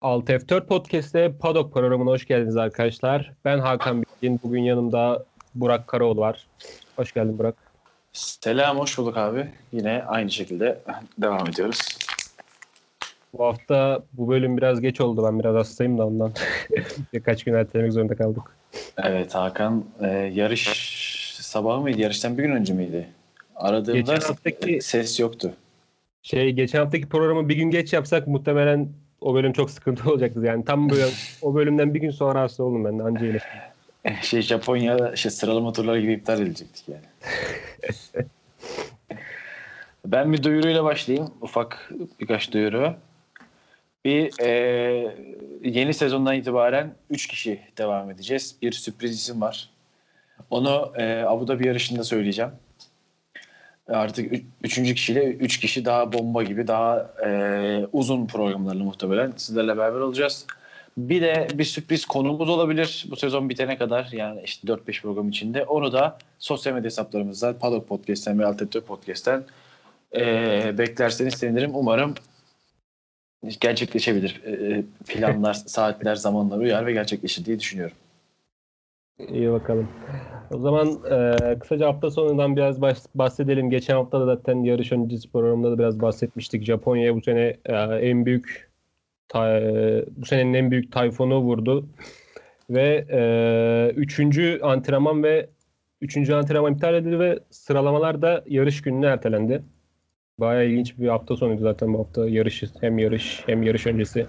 6F4 Podcast'te Paddock programına hoş geldiniz arkadaşlar. Ben Hakan Bilgin. Bugün yanımda Burak Karaoğlu var. Hoş geldin Burak. Selam, hoş bulduk abi. Yine aynı şekilde devam ediyoruz. Bu hafta bu bölüm biraz geç oldu. Ben biraz hastayım da ondan birkaç gün ertelemek zorunda kaldık. Evet Hakan, yarış sabahı mıydı? Yarıştan bir gün önce miydi? Aradığımda ses yoktu. Geçen haftaki programı bir gün geç yapsak muhtemelen o bölüm çok sıkıntı olacaktı. Yani tam böyle o bölümden bir gün sonra hasta oldum ben de anca iyileştim. Japonya sıralama turları gibi iptal edilecektik yani. Ben bir duyuruyla başlayayım. Ufak birkaç duyuru. Yeni sezondan itibaren 3 kişi devam edeceğiz. Bir sürpriz isim var. Onu Abu Dhabi yarışında söyleyeceğim. Artık 3. kişiyle 3 kişi daha bomba gibi daha uzun programlarla muhtemelen sizlerle beraber olacağız. Bir de bir sürpriz konumuz olabilir bu sezon bitene kadar, yani işte 4-5 program içinde. Onu da sosyal medya hesaplarımızdan, Paddock Podcast'ten ve Altetto Podcast'ten beklerseniz sevinirim. Umarım gerçekleşebilir. Planlar, saatler, zamanlar uyar ve gerçekleşir diye düşünüyorum. İyi bakalım. O zaman kısaca hafta sonundan biraz bahsedelim. Geçen hafta da zaten yarış öncesi programında da biraz bahsetmiştik. Japonya bu sene bu senenin en büyük tayfunu vurdu. Ve 3. antrenman iptal edildi ve sıralamalar da yarış gününe ertelendi. Bayağı ilginç bir hafta sonuydu zaten bu hafta. Hem yarış öncesi.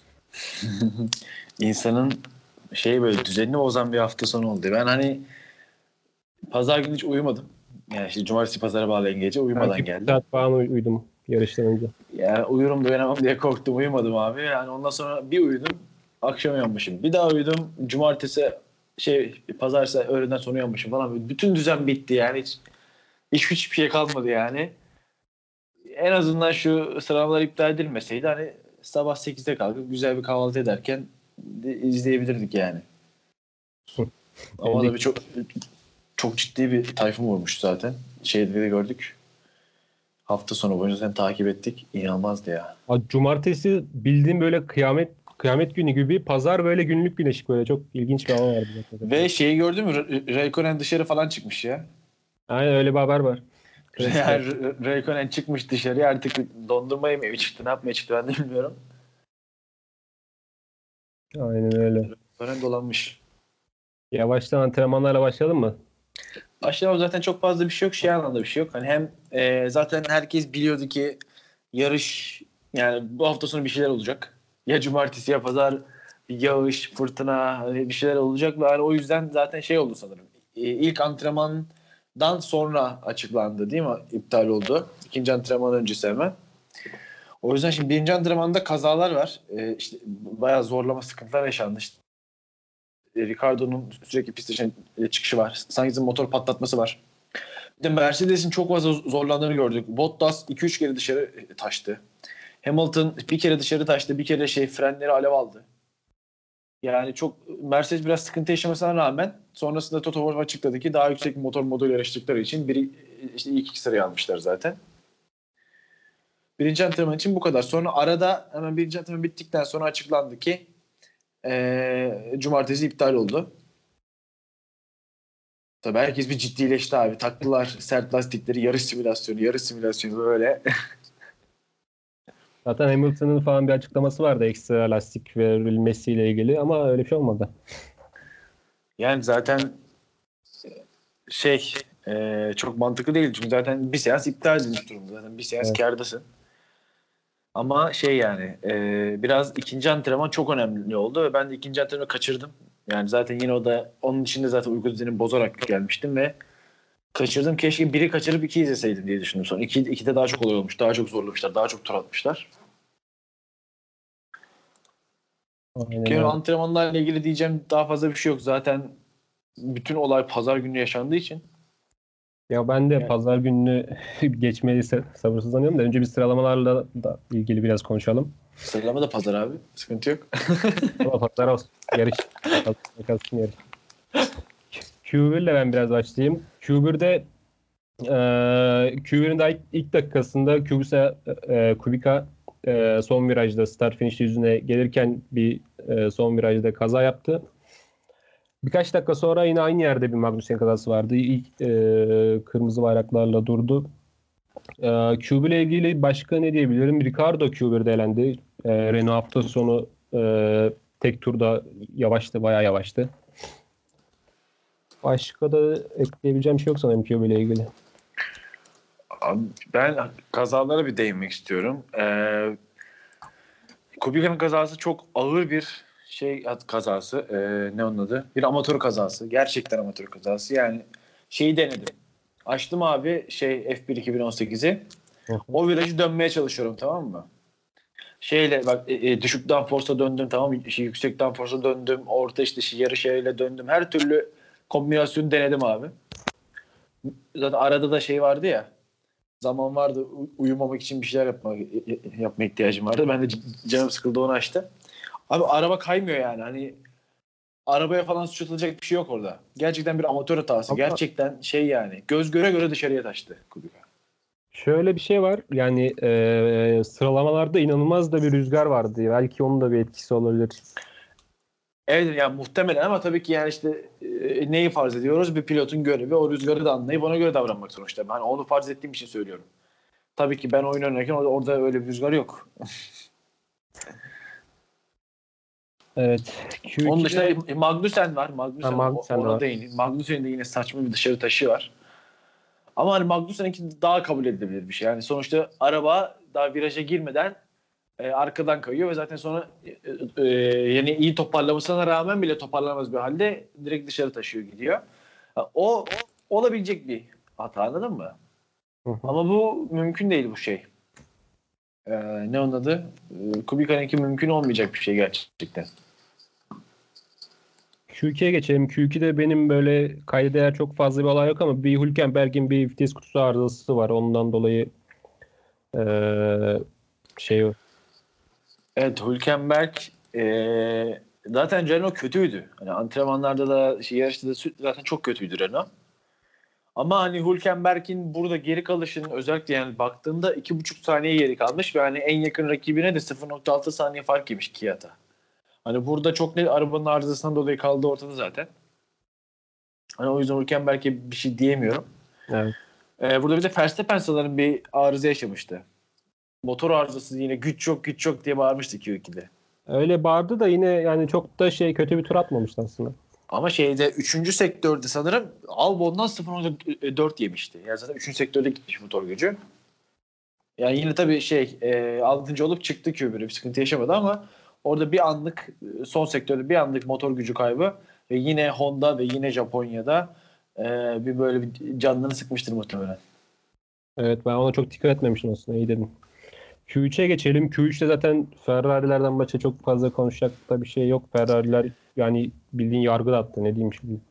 İnsanın böyle düzenini bozan bir hafta sonu oldu. Ben pazar günü hiç uyumadım. Yani işte cumartesi pazara bağlayan gece uyumadan geldim. Saat falan uyudum yarıştan önce. Yani uyurum da uyanamam diye korktum. Uyumadım abi. Yani ondan sonra bir uyudum. Akşam uyanmışım. Bir daha uyudum. Cumartesi pazartesi öğleden sonra uyanmışım falan. Bütün düzen bitti yani. Hiçbir şey kalmadı yani. En azından şu sıralamalar iptal edilmeseydi hani sabah 8'de kalkıp güzel bir kahvaltı ederken izleyebilirdik yani. Ama tabii çok ciddi bir tayfun vurmuş zaten. De gördük. Hafta sonu boyunca sen takip ettik. İnanılmazdı ya. Cumartesi bildiğim böyle kıyamet günü gibi, pazar böyle günlük güneşlik, böyle çok ilginç bir hava vardı. Ve gördün mü? Raikkonen dışarı falan çıkmış ya. Aynen, öyle bir haber var. Raikkonen çıkmış dışarıya, artık dondurma yemeye çıktı. Ne yapmaya çıktı ben de bilmiyorum. Aynen öyle. Raikkonen dolanmış. Yavaştan antrenmanlarla başlayalım mı? Başlayalım, zaten çok fazla bir şey yok. Anlamda bir şey yok. Hani hem zaten herkes biliyordu ki yarış, yani bu hafta sonu bir şeyler olacak. Ya cumartesi ya pazar bir yağış, fırtına, hani bir şeyler olacak ve hani o yüzden zaten oldu sanırım. İlk antrenmandan sonra açıklandı değil mi? İptal oldu. İkinci antrenman öncesi hemen. O yüzden şimdi birinci antrenmanda kazalar var. İşte bayağı zorlama, sıkıntılar yaşandı. İşte Ricardo'nun sürekli pist dışına çıkışı var. Sainz'in motor patlatması var. Bir de Mercedes'in çok fazla zorlandığını gördük. Bottas 2-3 kere dışarı taştı. Hamilton bir kere dışarı taştı. Bir kere frenleri alev aldı. Yani Mercedes biraz sıkıntı yaşamasına rağmen sonrasında Toto Wolff açıkladı ki daha yüksek bir motor moduyla yarıştıkları için ilk 2 sırayı almışlar zaten. Birinci antrenman için bu kadar. Sonra arada hemen birinci antrenman bittikten sonra açıklandı ki cumartesi iptal oldu. Tabii herkes bir ciddileşti abi. Taktılar sert lastikleri, yarış simülasyonu böyle. Zaten Hamilton'ın falan bir açıklaması vardı ekstra lastik verilmesiyle ilgili, ama öyle bir şey olmadı. Yani zaten çok mantıklı değil. Çünkü zaten bir seans iptal edilmiş durumda. Zaten bir seans kârdasın. Ama biraz ikinci antrenman çok önemli oldu ve ben de ikinci antrenmanı kaçırdım. Yani zaten yine onun içinde zaten uyku düzenimi bozarak gelmiştim ve kaçırdım. Keşke biri kaçırıp 2 izleseydim diye düşündüm sonra. 2'de daha çok olay olmuş. Daha çok zorlamışlar. Daha çok tur atmışlar. Antrenmanlarla ilgili diyeceğim daha fazla bir şey yok. Zaten bütün olay pazar günü yaşandığı için. Ya ben de pazar gününü geçmeyi sabırsızlanıyorum da önce bir sıralamalarla da ilgili biraz konuşalım. Sıralama da pazar abi. Sıkıntı yok. Ama pazar olsun. Yarış. Kalsın yarış. Q1 ile ben biraz başlayayım. Q1'in daha ilk dakikasında Kubica son virajda start finish yüzüne gelirken bir son virajda kaza yaptı. Birkaç dakika sonra yine aynı yerde bir Magnussen kazası vardı. İlk kırmızı bayraklarla durdu. Q1 ile ilgili başka ne diyebilirim? Ricardo Q1'de elendi. Renault hafta sonu tek turda yavaştı, bayağı yavaştı. Başka da ekleyebileceğim şey yok sanırım Q1 ile ilgili. Ben kazalara bir değinmek istiyorum. Kubica'nın kazası çok ağır bir kazası. Ne onun adı? Bir amatör kazası. Gerçekten amatör kazası. Yani şeyi denedim. Açtım abi F1 2018'i. O virajı dönmeye çalışıyorum, tamam mı? Bak düşük downforce'a döndüm, tamam mı? Yüksek downforce'a döndüm. Orta yarı şeyle döndüm. Her türlü kombinasyonu denedim abi. Zaten arada da vardı ya. Zaman vardı. Uyumamak için bir şeyler yapma ihtiyacım vardı. Ben de canım sıkıldı, onu açtım. Abi araba kaymıyor yani. Hani arabaya falan suç atılacak bir şey yok orada. Gerçekten bir amatör hatası. Ama gerçekten yani göz göre göre dışarıya taştı Kubica. şöyle bir şey var. Yani sıralamalarda inanılmaz da bir rüzgar vardı. Belki onun da bir etkisi olabilir. Evet yani muhtemelen, ama tabii ki yani neyi farz ediyoruz? Bir pilotun görevi o rüzgarı da anlayıp ona göre davranmak sonuçta. Ben onu farz ettiğim için söylüyorum. Tabii ki ben oyun oynarken orada öyle bir rüzgar yok. Evet. Onun Q2'de dışında Magnussen var. Magnussen Magnussen de ona var. değineyim. Magnussen'in de yine saçma bir dışarı taşı var. Ama hani Magnussen'inki daha kabul edilebilir bir şey. Yani sonuçta araba daha viraja girmeden arkadan kayıyor ve zaten sonra yani iyi toparlamasına rağmen bile toparlanamaz bir halde direkt dışarı taşıyor gidiyor. O olabilecek bir hata, anladın mı? Hı hı. Ama bu mümkün değil bu şey. Ne onun adı? Kubica'nınki mümkün olmayacak bir şey gerçekten. Q2'ye geçelim. Q2'de benim böyle kayda değer çok fazla bir olay yok ama bir Hülkenberg'in bir vites kutusu arızası var. Ondan dolayı şey Evet, Hülkenberg zaten Renault kötüydü. Hani antrenmanlarda da yarışta da zaten çok kötüydü Renault. Ama hani Hülkenberg'in burada geri kalışının, özellikle yani baktığında 2,5 saniye geri kalmış ve hani en yakın rakibine de 0,6 saniye fark yemiş Kiat'a. Hani burada çok net arabanın arızasından dolayı kaldı ortada zaten. Hani o yüzden Hülkenberg'e bir şey diyemiyorum. evet. Burada bir de Verstappen sanırım bir arıza yaşamıştı. Motor arızası, yine güç yok diye bağırmıştı Q2'de. Öyle bağırdı da yine yani çok da kötü bir tur atmamıştı aslında. Ama 3. sektörde sanırım Albon'dan 0,4 yemişti. Yani zaten 3. sektörde gitmiş motor gücü. Yani yine tabii 6. olup çıktı Q1'e, bir sıkıntı yaşamadı ama orada bir anlık, son sektörde bir anlık motor gücü kaybı ve yine Honda ve yine Japonya'da bir böyle bir canlarını sıkmıştır muhtemelen. Evet, ben ona çok dikkat etmemiştim aslında, iyi dedin. Q3'e geçelim. Q3'te zaten Ferrari'lerden başka çok fazla konuşacak da bir şey yok. Ferrari'ler yani bildiğin yargı dağıttı, ne diyeyim şimdi.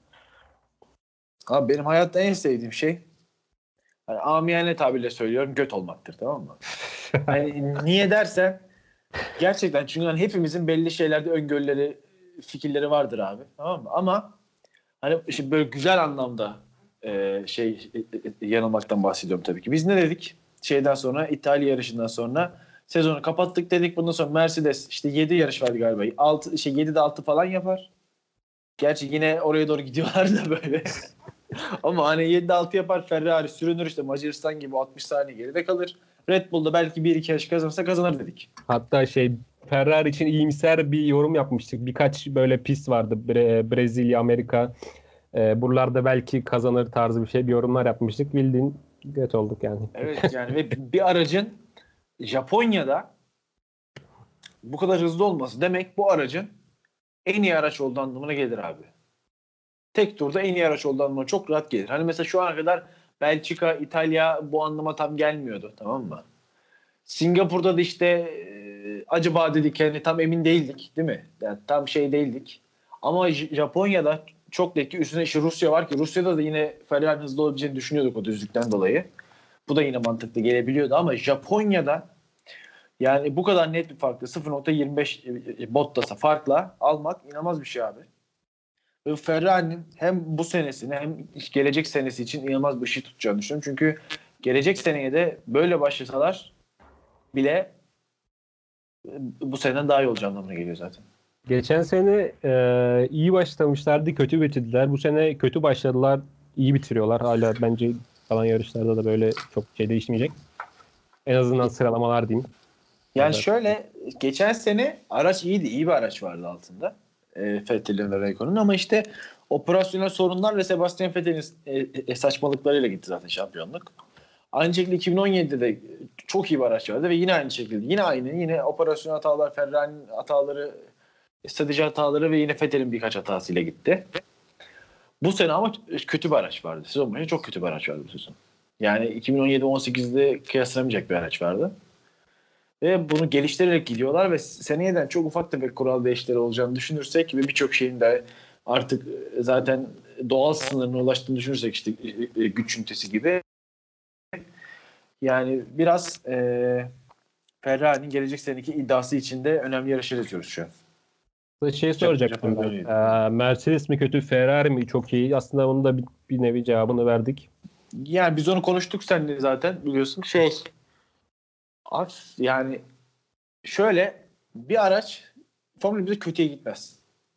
Abi benim hayatta en sevdiğim şey, hani amiyane tabirle söylüyorum, göt olmaktır, tamam mı? Hani niye dersen, gerçekten çünkü hani hepimizin belli şeylerde öngörüleri, fikirleri vardır abi, tamam mı? Ama hani şimdi böyle güzel anlamda yanılmaktan bahsediyorum tabii ki. Biz ne dedik? Şeyden sonra, İtalya yarışından sonra sezonu kapattık dedik. Bundan sonra Mercedes 7 yarış vardı galiba. 7'de 6 falan yapar. Gerçi yine oraya doğru gidiyorlar da böyle. Ama hani 7'de 6 yapar, Ferrari sürünür, Macaristan gibi 60 saniye geride kalır. Red Bull'da belki 1-2 yarış kazanırsa kazanır dedik. Hatta Ferrari için iyimser bir yorum yapmıştık. Birkaç böyle pist vardı. Brezilya, Amerika. Buralarda belki kazanır tarzı bir yorumlar yapmıştık. Bildiğin göt olduk yani. Evet yani, ve bir aracın Japonya'da bu kadar hızlı olması demek, bu aracın en iyi araç olduğu anlamına gelir abi. Tek turda en iyi araç olduğu anlamına çok rahat gelir. Hani mesela şu ana kadar Belçika, İtalya bu anlama tam gelmiyordu, tamam mı? Singapur'da da acaba dedik, yani tam emin değildik değil mi? Yani tam değildik. Ama Japonya'da çok net ki üstüne Rusya var ki, Rusya'da da yine Ferrari'nin hızlı olabileceğini düşünüyorduk o düzlükten dolayı. Bu da yine mantıklı gelebiliyordu ama Japonya'da yani bu kadar net bir farkla 0,25 Bottas'a farkla almak inanılmaz bir şey abi. Ve Ferrari'nin hem bu senesini hem gelecek senesi için inanılmaz bir şey tutacağını düşünüyorum. Çünkü gelecek seneye de böyle başlasalar bile bu seneden daha iyi olacağı anlamına geliyor zaten. Geçen sene iyi başlamışlardı, kötü bitirdiler. Bu sene kötü başladılar, iyi bitiriyorlar. Hala bence kalan yarışlarda da böyle çok şey değişmeyecek. En azından sıralamalar diyeyim. Yani şöyle, geçen sene araç iyiydi. İyi bir araç vardı altında. Vettel'in ve Räikkönen'in, ama işte operasyonel sorunlar ve Sebastian Vettel'in saçmalıklarıyla gitti zaten şampiyonluk. Aynı şekilde 2017'de de çok iyi bir araç vardı ve yine aynı şekilde yine operasyon hatalar, Ferrari'nin hataları, strateji hataları ve yine Vettel'in birkaç hatasıyla gitti. Bu sene ama kötü bir araç vardı. Sezon boyunca çok kötü bir araç vardı bu sezon. Yani 2017-18'de kıyaslanamayacak bir araç vardı. Ve bunu geliştirerek gidiyorlar ve seneyeden çok ufak tefek kural değişiklikleri olacağını düşünürsek ve birçok şeyin de artık zaten doğal sınırına ulaştığını düşünürsek, işte güç ünitesi gibi, yani biraz Ferrari'nin gelecek seneki iddiası içinde önemli yarışlar izliyoruz şu an. Şey soracaktım ben. Mercedes mi kötü, Ferrari mi çok iyi? Aslında onun da bir nevi cevabını verdik. Yani biz onu konuştuk seninle zaten, biliyorsun. Yani şöyle bir araç Formula 1'de kötüye gitmez.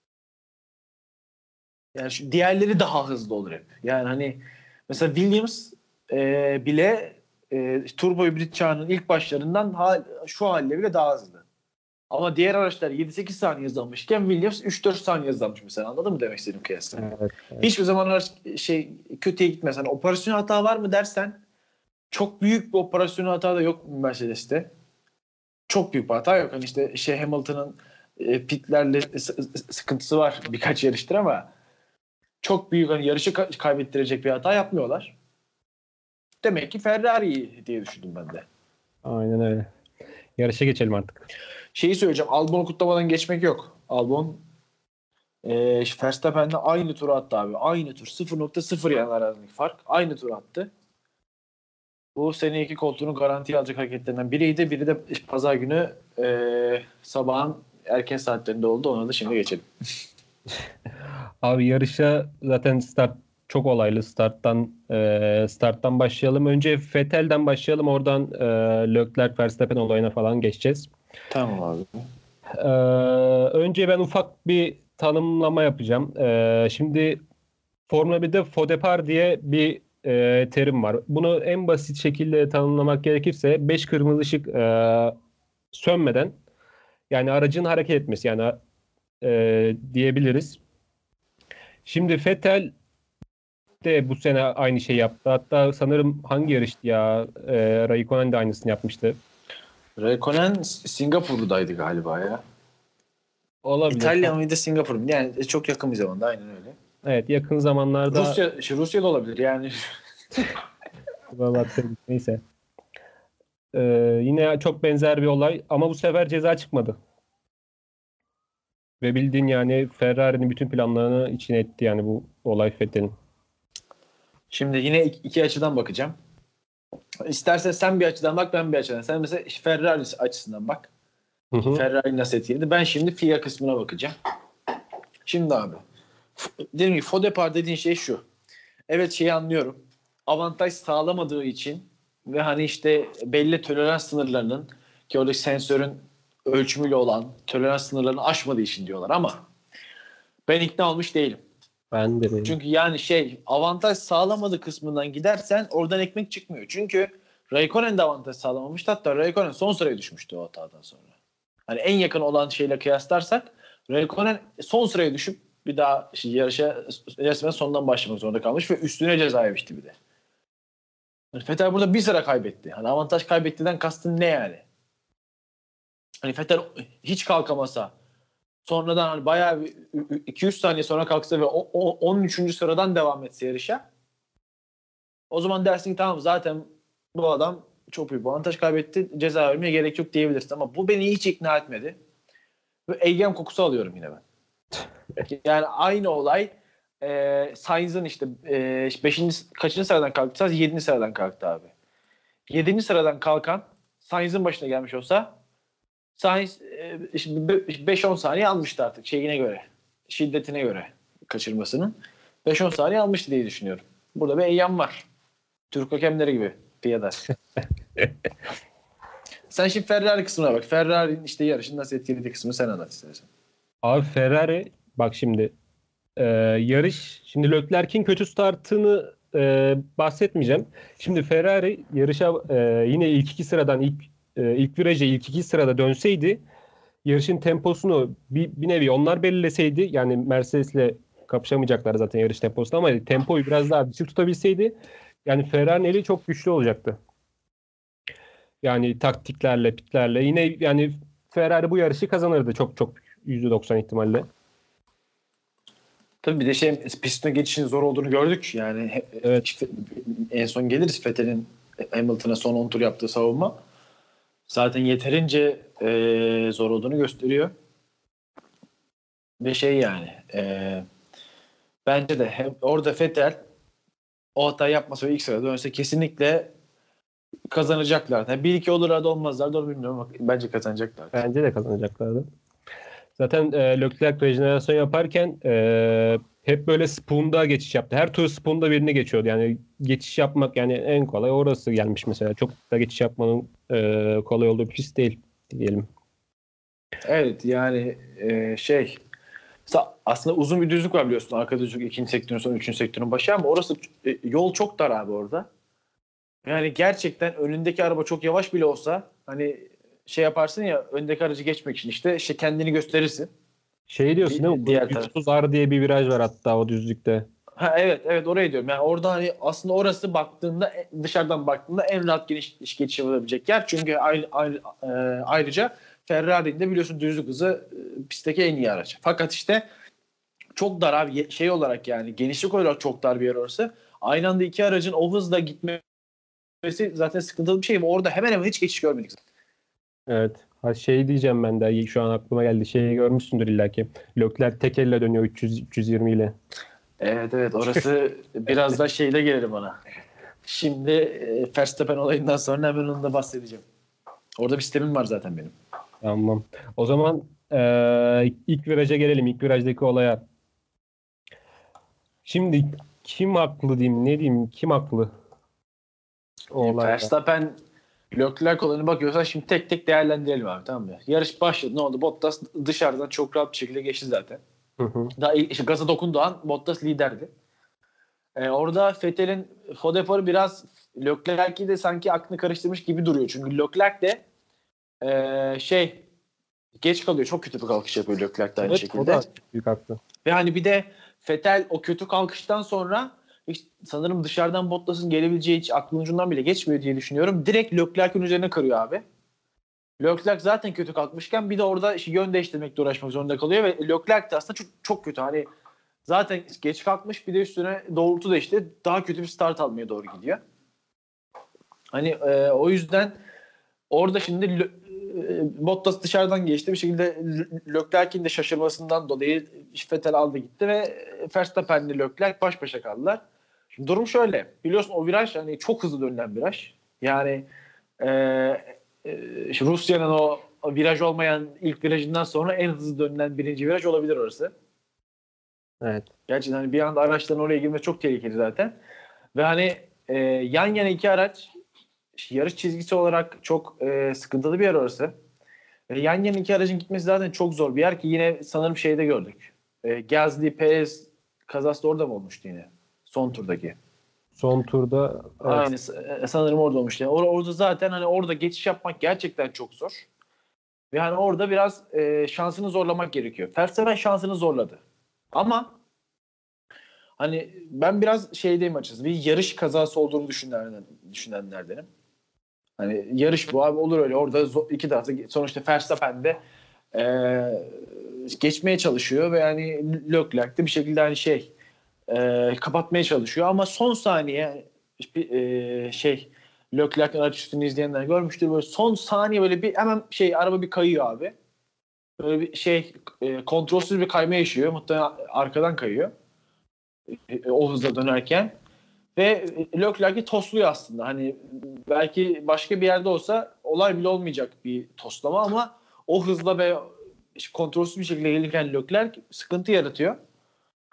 Yani diğerleri daha hızlı olur hep. Yani hani mesela Williams bile turbo hibrit çağının ilk başlarından şu haliyle bile daha hızlı. Ama diğer araçlar 7-8 saniye hızlanmışken Williams 3-4 saniye hızlanmış mesela. Anladın mı demek istediğim kıyasla? Evet. Hiçbir zaman araç kötüye gitmez. Hani operasyon hata var mı dersen, çok büyük bir operasyon hata da yok Mercedes'te. Çok büyük bir hata yok. Hani işte Hamilton'ın pitlerle sıkıntısı var birkaç yarıştır, ama çok büyük, hani yarışı kaybettirecek bir hata yapmıyorlar. Demek ki Ferrari diye düşündüm ben de. Aynen öyle. Yarışa geçelim artık. Şeyi söyleyeceğim. Albon'u kutlamadan geçmek yok. Albon Verstappen'le aynı tur attı abi. Aynı tur. 0.0 yani aradaki fark. Aynı tur attı. Bu seneki koltuğunu garantiye alacak hareketlerinden biriydi. Biri de pazar günü sabahın erken saatlerinde oldu. Ona da şimdi geçelim. Abi yarışa zaten start çok olaylı. Starttan başlayalım. Önce Vettel'den başlayalım. Oradan Leclerc Verstappen olayına falan geçeceğiz. Tamam abi. Önce ben ufak bir tanımlama yapacağım. Şimdi Formula 1'de faux départ diye bir terim var. Bunu en basit şekilde tanımlamak gerekirse 5 kırmızı ışık sönmeden, yani aracın hareket etmesi yani diyebiliriz. Şimdi Vettel de bu sene aynı şey yaptı. Hatta sanırım hangi yarıştı ya? Raikkonen de aynısını yapmıştı. Räikkönen Singapur'daydı galiba ya. Olabilir. İtalya mıydı, Singapur mu? Yani çok yakın bir zamanda, aynen öyle. Evet, yakın zamanlarda. Rusya'da olabilir yani. Neyse. Yine çok benzer bir olay ama bu sefer ceza çıkmadı. Ve bildiğin yani Ferrari'nin bütün planlarını içine etti yani bu olay Vettel'in. Şimdi yine iki açıdan bakacağım. İstersen sen bir açıdan bak, ben bir açıdan. Sen mesela Ferrari açısından bak. Hı. Ferrari nasıl etkiledi? Ben şimdi FIA kısmına bakacağım. Şimdi abi, dediğim gibi faux départ dediğin şey şu. Evet, şeyi anlıyorum. Avantaj sağlamadığı için ve hani işte belli tolerans sınırlarının, ki oradaki sensörün ölçümüyle olan tolerans sınırlarını aşmadığı için diyorlar, ama ben ikna olmuş değilim. Ben de değilim. Çünkü yani avantaj sağlamadığı kısmından gidersen oradan ekmek çıkmıyor. Çünkü Räikkönen de avantaj sağlamamıştı. Hatta Räikkönen son sıraya düşmüştü o hatadan sonra. Hani en yakın olan şeyle kıyaslarsak Räikkönen son sıraya düşüp bir daha yarışa resmen sondan başlamak zorunda kalmış ve üstüne ceza yemişti bir de. Yani Vettel burada bir sıra kaybetti. Hani avantaj kaybettiğinden kastın ne yani? Hani Vettel hiç kalkamasa, sonradan hani bayağı 2-3 saniye sonra kalksa ve 13. sıradan devam etse yarışa, o zaman dersin ki tamam, zaten bu adam çok büyük avantaj kaybetti, ceza vermeye gerek yok diyebilirsin, ama bu beni hiç ikna etmedi. Ve eyyam kokusu alıyorum yine ben. Yani aynı olay Sainz'ın işte 5. kaçıncı sıradan kalktı? Sainz 7. sıradan kalktı abi. 7. sıradan kalkan Sainz'ın başına gelmiş olsa Sainz 5-10 saniye almıştı artık şeyine göre. Şiddetine göre kaçırmasının. 5-10 saniye almıştı diye düşünüyorum. Burada bir eyyam var. Türk hakemleri gibi piyada. Sen şimdi Ferrari kısmına bak. Ferrari'nin işte yarışın nasıl etkilediği kısmını sen anlat istersen. Abi Ferrari bak şimdi yarış şimdi Leclerc'in kötü startını bahsetmeyeceğim. Şimdi Ferrari yarışa yine ilk iki sıradan ilk viraja ilk iki sırada dönseydi yarışın temposunu bir nevi onlar belirleseydi yani Mercedes'le kapışamayacaklar zaten yarış temposunda ama tempoyu biraz daha düşük tutabilseydi yani Ferrari'nin eli çok güçlü olacaktı. Yani taktiklerle, pitlerle yine yani Ferrari bu yarışı kazanırdı çok çok %90 ihtimalle. Tabii bir de pistine geçişin zor olduğunu gördük. Yani Evet. işte en son geliriz Vettel'in Hamilton'a son 10 tur yaptığı savunma. Zaten yeterince zor olduğunu gösteriyor. Ve yani bence de orada Vettel o hata yapmasa ve ilk sırada dönse kesinlikle kazanacaklar. Yani 1-2 olurlar da olmazlar da bilmiyorum ama bence kazanacaklar. Bence de kazanacaklardı. Zaten Leclerc rejenerasyon yaparken hep böyle spoon'da geçiş yaptı. Her tur spoon'da birini geçiyordu. Yani geçiş yapmak yani en kolay orası gelmiş mesela. Çok da geçiş yapmanın kolay olduğu bir pist değil diyelim. Evet yani aslında uzun bir düzlük var biliyorsun. Arka düzlük ikinci sektörün sonra üçüncü sektörün başı ama orası yol çok dar abi orada. Yani gerçekten önündeki araba çok yavaş bile olsa hani yaparsın ya öndeki aracı geçmek için işte kendini gösterirsin. Şey diyorsun değil mi? Diğer 130R diye bir viraj var hatta o düzlükte. Ha, evet oraya diyorum. Yani orada hani aslında orası baktığında dışarıdan baktığında en rahat geçiş yapılabilecek yer. Çünkü ayrıca Ferrari'nin de biliyorsun düzlük hızı pistteki en iyi araç. Fakat işte çok dar abi olarak yani genişlik olarak çok dar bir yer orası. Aynı anda iki aracın o hızla gitmesi zaten sıkıntılı bir şey. Orada hemen hemen hiç geçiş görmedik. Evet. Ha şey diyeceğim ben de şu an aklıma geldi. Şeyi görmüşsündür illaki. Leclerc tek elle dönüyor 300-320 ile. Evet orası biraz da şeyle gelir bana. Şimdi Verstappen olayından sonra hemen onu da bahsedeceğim. Orada bir sistemim var zaten benim. Tamam. O zaman ilk viraja gelelim. İlk virajdaki olaya. Şimdi kim haklı diyeyim, ne diyeyim, kim haklı? O olayda. Verstappen Leclerc olayına bakıyorsan şimdi tek tek değerlendirelim abi, tamam mı? Yarış başladı, ne oldu? Bottas dışarıdan çok rahat bir şekilde geçti zaten. Hı. Daha işte gaza dokunduğu an Bottas liderdi. Orada Vettel'in faux deparı biraz Leclerc'i de sanki aklını karıştırmış gibi duruyor. Çünkü Leclerc de geç kalıyor. Çok kötü bir kalkış yapıyor Leclerc de aynı şekilde. O da büyük haklı. Ve hani bir de Vettel o kötü kalkıştan sonra sanırım dışarıdan Bottas'ın gelebileceği hiç aklının ucundan bile geçmiyor diye düşünüyorum. Direkt Leclerc'in üzerine kırıyor abi. Leclerc zaten kötü kalkmışken bir de orada yön değiştirmekle uğraşmak zorunda kalıyor ve Leclerc de aslında çok, çok kötü. Hani zaten geç kalkmış, bir de üstüne doğrultu da işte daha kötü bir start almaya doğru gidiyor. Hani o yüzden orada şimdi Bottas dışarıdan geçti. Bir şekilde Leclerc'in de şaşırmasından dolayı Vettel aldı gitti ve Verstappen'le Leclerc baş başa kaldılar. Şimdi durum şöyle. Biliyorsun o viraj hani çok hızlı dönülen viraj. Yani Rusya'nın o viraj olmayan ilk virajından sonra en hızlı dönülen birinci viraj olabilir orası. Evet. Gerçekten hani bir anda araçların oraya girmesi çok tehlikeli zaten. Ve hani yan yana iki araç yarış çizgisi olarak çok sıkıntılı bir yer orası. Yan yana iki aracın gitmesi zaten çok zor bir yer ki yine sanırım şeyde gördük. Gasly, Perez kazası da orada mı olmuştu yine? Son turdaki. Son turda evet. Aynı sanırım orada olmuştu. Yani orada zaten hani orada geçiş yapmak gerçekten çok zor. Ve hani orada biraz şansını zorlamak gerekiyor. Verstappen şansını zorladı. Ama hani ben biraz şeydeyim açıkçası. Bir yarış kazası olduğunu düşünenlerdenim. Hani yarış bu abi, olur öyle. Orada iki tarafta sonuçta Verstappen de geçmeye çalışıyor ve yani Leclerc de bir şekilde hani kapatmaya çalışıyor ama son saniye Leclerc'in araç üstünü izleyenler görmüştür, böyle son saniye böyle bir hemen araba bir kayıyor abi. Böyle bir kontrolsüz bir kayma yaşıyor. Muhtemelen arkadan kayıyor. O hızla dönerken. Ve Leclerc'i tosluyor aslında. Hani belki başka bir yerde olsa olay bile olmayacak bir toslama ama o hızla ve kontrolsüz bir şekilde gelirken Leclerc sıkıntı yaratıyor.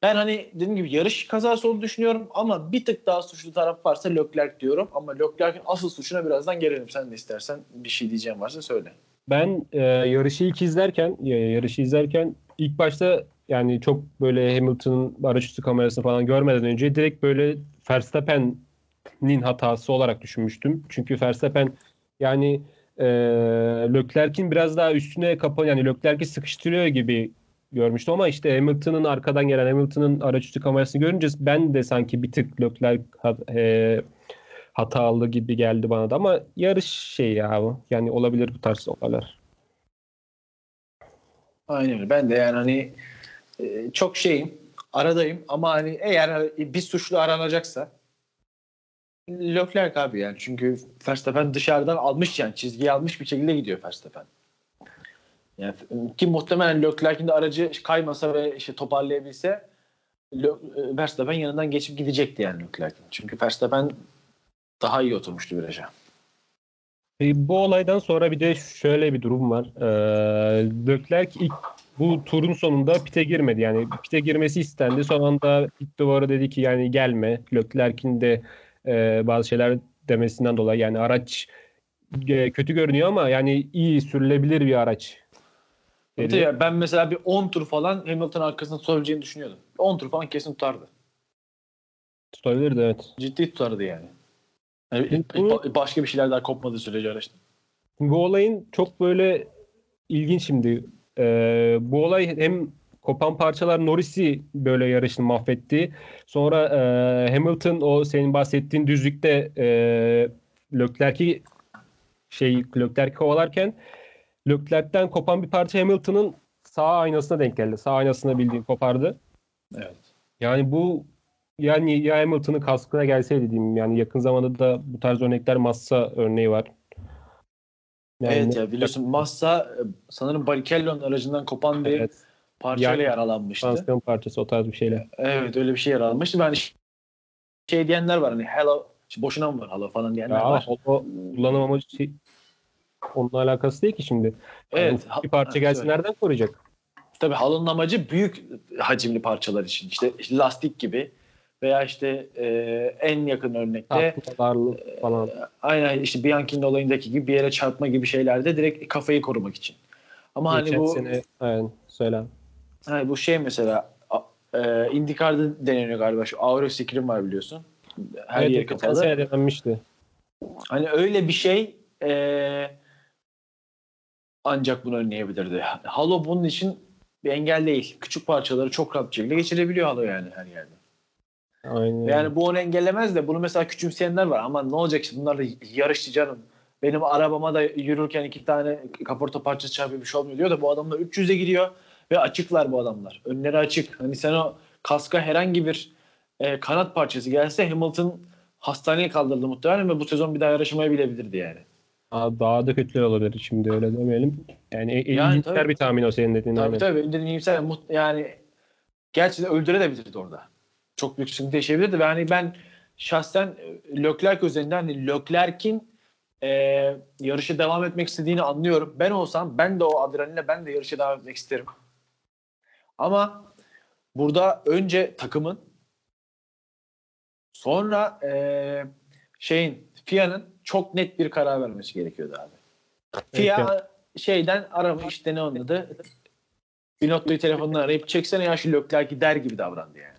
Ben hani dediğim gibi yarış kazası olduğunu düşünüyorum ama bir tık daha suçlu taraf varsa Leclerc diyorum. Ama Leclerc'in asıl suçuna birazdan gelelim. Sen de istersen bir şey diyeceğim varsa söyle. Ben yarışı izlerken ilk başta yani çok böyle Hamilton'ın araç üstü kamerasını falan görmeden önce direkt böyle Verstappen'in hatası olarak düşünmüştüm. Çünkü Verstappen yani e, Leclerc'in biraz daha üstüne yani Leclerc'i sıkıştırıyor gibi görmüştüm ama işte Hamilton'ın araç üstü kamerasını görünce ben de sanki bir tık Leclerc hatalı gibi geldi bana da ama yarış şey ya bu. Yani olabilir bu tarz olaylar. Aynen öyle. Ben de yani hani çok aradayım ama hani eğer bir suçlu aranacaksa Leclerc abi yani. Çünkü Verstappen dışarıdan almış yani çizgiyi almış bir şekilde gidiyor Verstappen. Yani ki muhtemelen Leclerc'in de aracı kaymasa ve işte toparlayabilse Verstappen yanından geçip gidecekti yani Leclerc'in. Çünkü Verstappen daha iyi oturmuştu viraja. Bu olaydan sonra bir de şöyle bir durum var. Leclerc ilk bu turun sonunda pite girmedi. Yani pite girmesi istendi. Son anda pit duvarı dedi ki yani gelme. Leclerc'in de bazı şeyler demesinden dolayı yani araç kötü görünüyor ama yani iyi sürülebilir bir araç Tabii dedi. ya ben mesela bir 10 tur falan Hamilton arkasında tutabileceğini düşünüyordum. 10 tur falan kesin tutardı. Tutabilirdi, evet. Ciddi tutardı yani. Yani Bunu, başka bir şeyler daha kopmadığı sürece araçta. bu olayın çok böyle ilginç şimdi. Bu olay hem kopan parçalar Norris'i böyle yarışını mahvetti. Sonra Hamilton o senin bahsettiğin düzlükte Leclerc'i kovalarken Leclerc'ten kopan bir parça Hamilton'ın sağ aynasına denk geldi. Sağ aynasına bildiğin kopardı. Evet. Yani bu yani ya Hamilton'ın kaskına gelseydi diyeyim. Yani yakın zamanda da bu tarz örnekler Massa örneği var. Yani ne Evet ya biliyorsun Massa sanırım Barrichello'nun aracından kopan bir evet. parçayla Yani yaralanmıştı. pansiyon parçası o tarz bir şeyle. Evet öyle bir şey yaralanmıştı. Ben şey diyenler var hani hello boşuna mı var hello falan diyenler Ya var. o kullanım amacı onunla alakası değil ki şimdi. Yani Evet ufak bir parça gelse söyle. nereden koruyacak? Tabii halının amacı büyük hacimli parçalar için. İşte lastik gibi veya işte en yakın örnekte Takmalarlı falan. aynen işte Bianchi'nin olayındaki gibi bir yere çarpma gibi şeylerde direkt kafayı korumak için. Ama hani Geçen bu sene aynen söyle. hani bu şey mesela IndyCar'da deneniyor galiba. Şu Aero Screen var biliyorsun. Her Evet, o yeri geçen kapalı. sene denenmişti. Hani öyle bir şey ancak bunu önleyebilirdi. Halo bunun için bir engel değil. Küçük parçaları çok rahat bir şekilde geçirebiliyor Halo yani her yerde. Aynen Ve öyle. yani bu onu engellemez de bunu mesela küçümseyenler var. Ama ne olacak şimdi bunlar da yarışçı canım. Benim arabama da yürürken iki tane kaporta parçası çarpıyor bir şey olmuyor diyor da bu adamlar 300'e gidiyor ve açıklar bu adamlar. Önleri açık. Hani sen o kaska herhangi bir kanat parçası gelse Hamilton hastaneye kaldırdı muhtemelen ve bu sezon bir daha yarışmayı bilebilirdi yani. Daha da kötüler olabilir şimdi öyle demeyelim. Yani Yani iyimser tabii bir tahmin o senin dediğin tabii aynen. tabii benim dediğim iyimser yani gerçekten öldürebilirdi orada. Çok büyük sıkıntı yaşayabilirdi ve hani ben şahsen Leclerc üzerinden hani Leclerc'in e, yarışa devam etmek istediğini anlıyorum. Ben olsam ben de o adrenalinle ben de yarışa devam etmek isterim. Ama burada önce takımın sonra FIA'nın çok net bir karar vermesi gerekiyordu abi. Evet yani. FIA şeyden arama işte ne onun adı Binotto'yu telefonla arayıp çeksene ya şu Leclerc'i der gibi davrandı yani.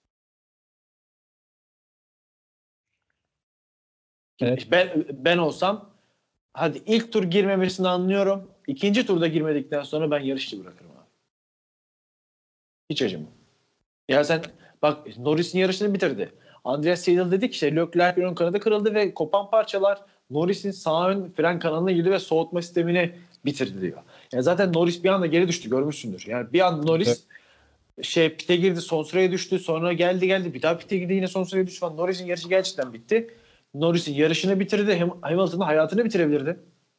Evet. Ben olsam hadi ilk tur girmemesini anlıyorum. İkinci turda girmedikten sonra ben yarışçı bırakırım abi. Hiç acımam. Ya sen bak Norris'in yarışını bitirdi. Andreas Seidel dedi ki işte Leclerc'in ön kanadı kırıldı ve kopan parçalar Norris'in sağ ön fren kanalına girdi ve soğutma sistemini bitirdi diyor. Yani zaten Norris bir anda geri düştü görmüşsündür. Yani bir anda Evet. Norris pite girdi son sıraya düştü sonra geldi bir daha pite girdi yine son sıraya düştü falan. Norris'in yarışı gerçekten bitti. Norris'in yarışını bitirdi. Hamilton'ın hayatını bitirebilirdi.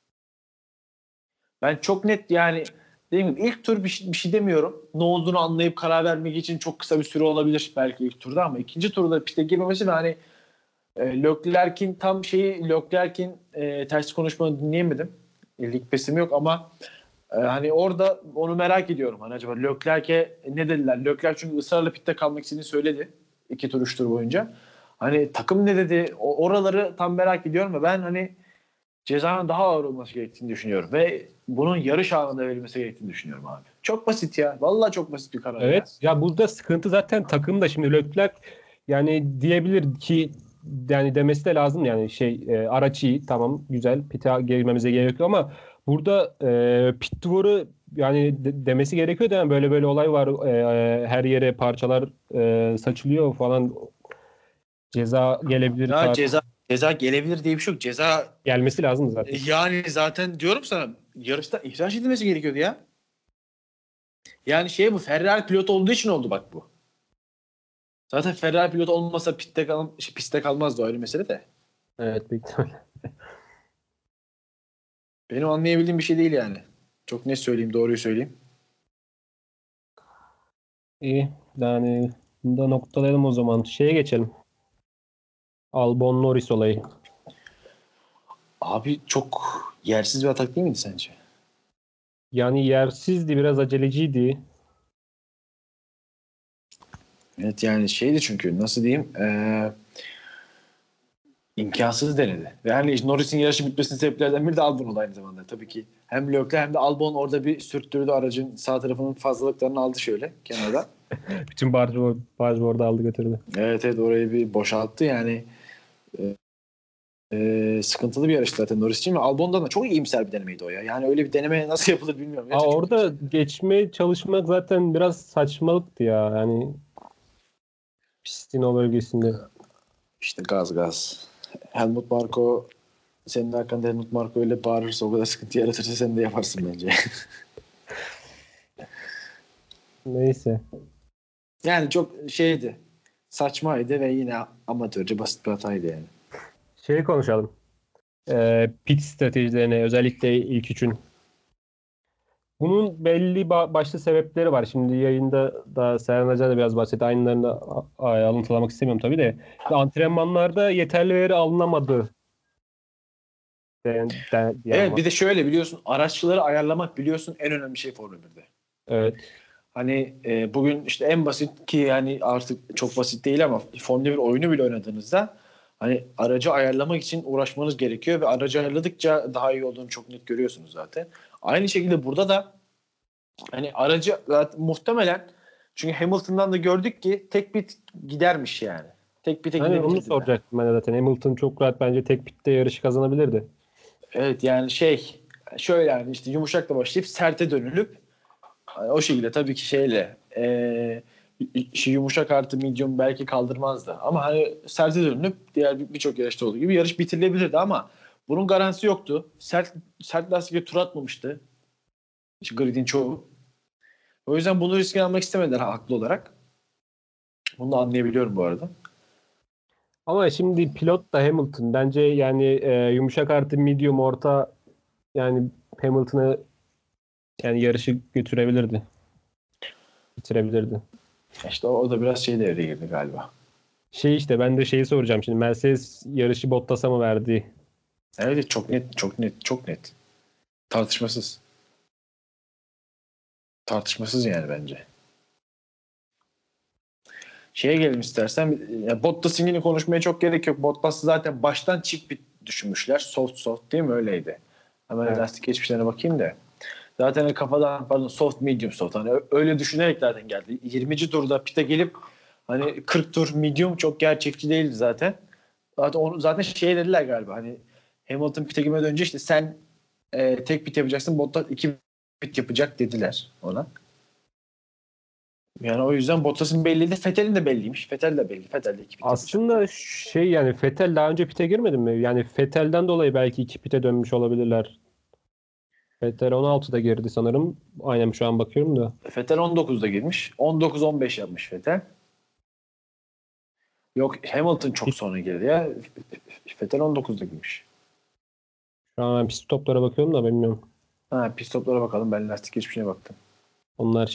Ben çok net yani dediğim gibi ilk tur bir şey demiyorum. Ne olduğunu anlayıp karar vermek için çok kısa bir süre olabilir belki ilk turda ama ikinci turda piste girmemesi ve hani Leclerc'in tam Leclerc'in ters konuşmanı dinleyemedim. Lig pesim yok ama Hani orada onu merak ediyorum. Hani acaba Leclerc'e ne dediler? Leclerc çünkü ısrarla pitte kalmak istediğini söyledi. 2 tur 3 tur boyunca. Hani takım ne dedi? Oraları tam merak ediyorum ve ben hani cezanın daha ağır olması gerektiğini düşünüyorum. Ve bunun yarış anında verilmesi gerektiğini düşünüyorum abi. Çok basit ya. Vallahi çok basit bir karar ya. Evet. Ya burada sıkıntı zaten takımda. Şimdi Leclerc yani diyebilir ki yani demesi de lazım yani araç iyi tamam güzel pite girmemize gerek yok ama burada pit duvarı yani demesi gerekiyor da yani böyle böyle olay var her yere parçalar saçılıyor falan ceza gelebilir Ya ceza gelebilir diye bir şey yok. Ceza gelmesi lazım zaten. yani zaten diyorum sana yarışta ihraç edilmesi gerekiyordu ya. Yani bu Ferrari pilot olduğu için oldu bak bu. Zaten Ferrari pilot olmasa pistte kalmazdı o ayrı mesele de. Evet büyük ihtimalle. Benim anlayabildiğim bir şey değil yani. Çok net söyleyeyim, doğruyu söyleyeyim. İyi yani bunu da noktalayalım o zaman. Şeye geçelim. Albon Norris olayı. Abi çok yersiz bir atak değil miydi sence? Yani yersizdi, biraz aceleciydi. Evet yani çünkü nasıl diyeyim imkansız denedi. Ve hani Norris'in yarışı bitmesinin sebeplerden biri de Albon oldu aynı zamanda. Tabii ki hem Leclerc hem de Albon orada bir sürttürdü aracın sağ tarafının fazlalıklarını aldı şöyle kenarda. Bütün barjı orada aldı götürdü. Evet orayı bir boşalttı yani sıkıntılı bir yarıştı zaten Norris için ve Albon'dan da çok iyimser bir denemeydi o ya. Yani öyle bir deneme nasıl yapılır bilmiyorum. Orada geçmeye çalışmak zaten biraz saçmalıktı ya. Yani pistin o bölgesinde. İşte gaz. Helmut Marko senin arkanda Helmut Marko öyle bağırırsa o kadar sıkıntı yaratırsa sen de yaparsın bence. Neyse. Yani çok saçmaydı ve yine amatörce basit bir hataydı yani. Konuşalım. Pit stratejilerine özellikle ilk üçün. Bunun belli başlı sebepleri var. Şimdi yayında da Serhan Hoca da biraz bahsetti. Aynılarını alıntılamak istemiyorum tabii de. Antrenmanlarda yeterli veri alınamadı. Evet bir de şöyle biliyorsun araççıları ayarlamak biliyorsun en önemli şey Formula 1'de. Evet. Hani bugün işte en basit ki yani artık çok basit değil ama Formula 1 oyunu bile oynadığınızda hani aracı ayarlamak için uğraşmanız gerekiyor ve aracı ayarladıkça daha iyi olduğunu çok net görüyorsunuz zaten. Aynı şekilde burada da hani aracı muhtemelen çünkü Hamilton'dan da gördük ki tek pit gidermiş yani. Tek pit'e Hani onu gidebilirdi. soracaktım ben de zaten. Hamilton çok rahat bence tek pitte yarışı kazanabilirdi. Evet yani şöyle yani işte yumuşakla başlayıp serte dönülüp yani o şekilde tabii ki yumuşak artı medium belki kaldırmazdı. Ama hani serte dönülüp diğer birçok yarışta olduğu gibi yarış bitirilebilirdi ama bunun garantisi yoktu. Sert lastikle tur atmamıştı. İşte gridin çoğu. O yüzden bunu riske almak istemediler haklı olarak. Bunu da anlayabiliyorum bu arada. Ama şimdi pilot da Hamilton. Bence yani yumuşak artı medium orta yani Hamilton'ı yani yarışı götürebilirdi. Bitirebilirdi. İşte o da biraz devreye girdi galiba. İşte ben de şeyi soracağım şimdi. Mercedes yarışı Bottas'a mı verdi? Evet çok net. Tartışmasız. Tartışmasız yani bence. Gelelim istersen. Bottas'ın yine konuşmaya çok gerek yok. Bottas zaten baştan çift bir düşünmüşler. Soft değil mi? Öyleydi. Hemen Evet. lastik geçmişlerine bakayım da. Zaten kafadan soft medium soft. Hani öyle düşünerek zaten geldi. 20. turda pite gelip hani 40 tur medium çok gerçekçi değildi zaten. Zaten dediler galiba hani Hamilton pite girmeden önce işte sen tek pit yapacaksın. Bottas 2 pit yapacak dediler ona. Yani o yüzden Bottas'ın belliydi. Vettel'in de belliymiş. Vettel de belli. Vettel de iki pit Aslında yapacak. yani Vettel daha önce pite girmedi mi? Yani Vettel'den dolayı belki iki pite dönmüş olabilirler. Vettel 16'da girdi sanırım. Aynen şu an bakıyorum da. Vettel 19'da girmiş. 19-15 yapmış Vettel. Yok Hamilton çok sonra girdi ya. Vettel 19'da girmiş. Şu an ben pit stoplara bakıyorum da bilmiyorum. Pit stoplara bakalım. Ben lastik geçmişine baktım. Onlar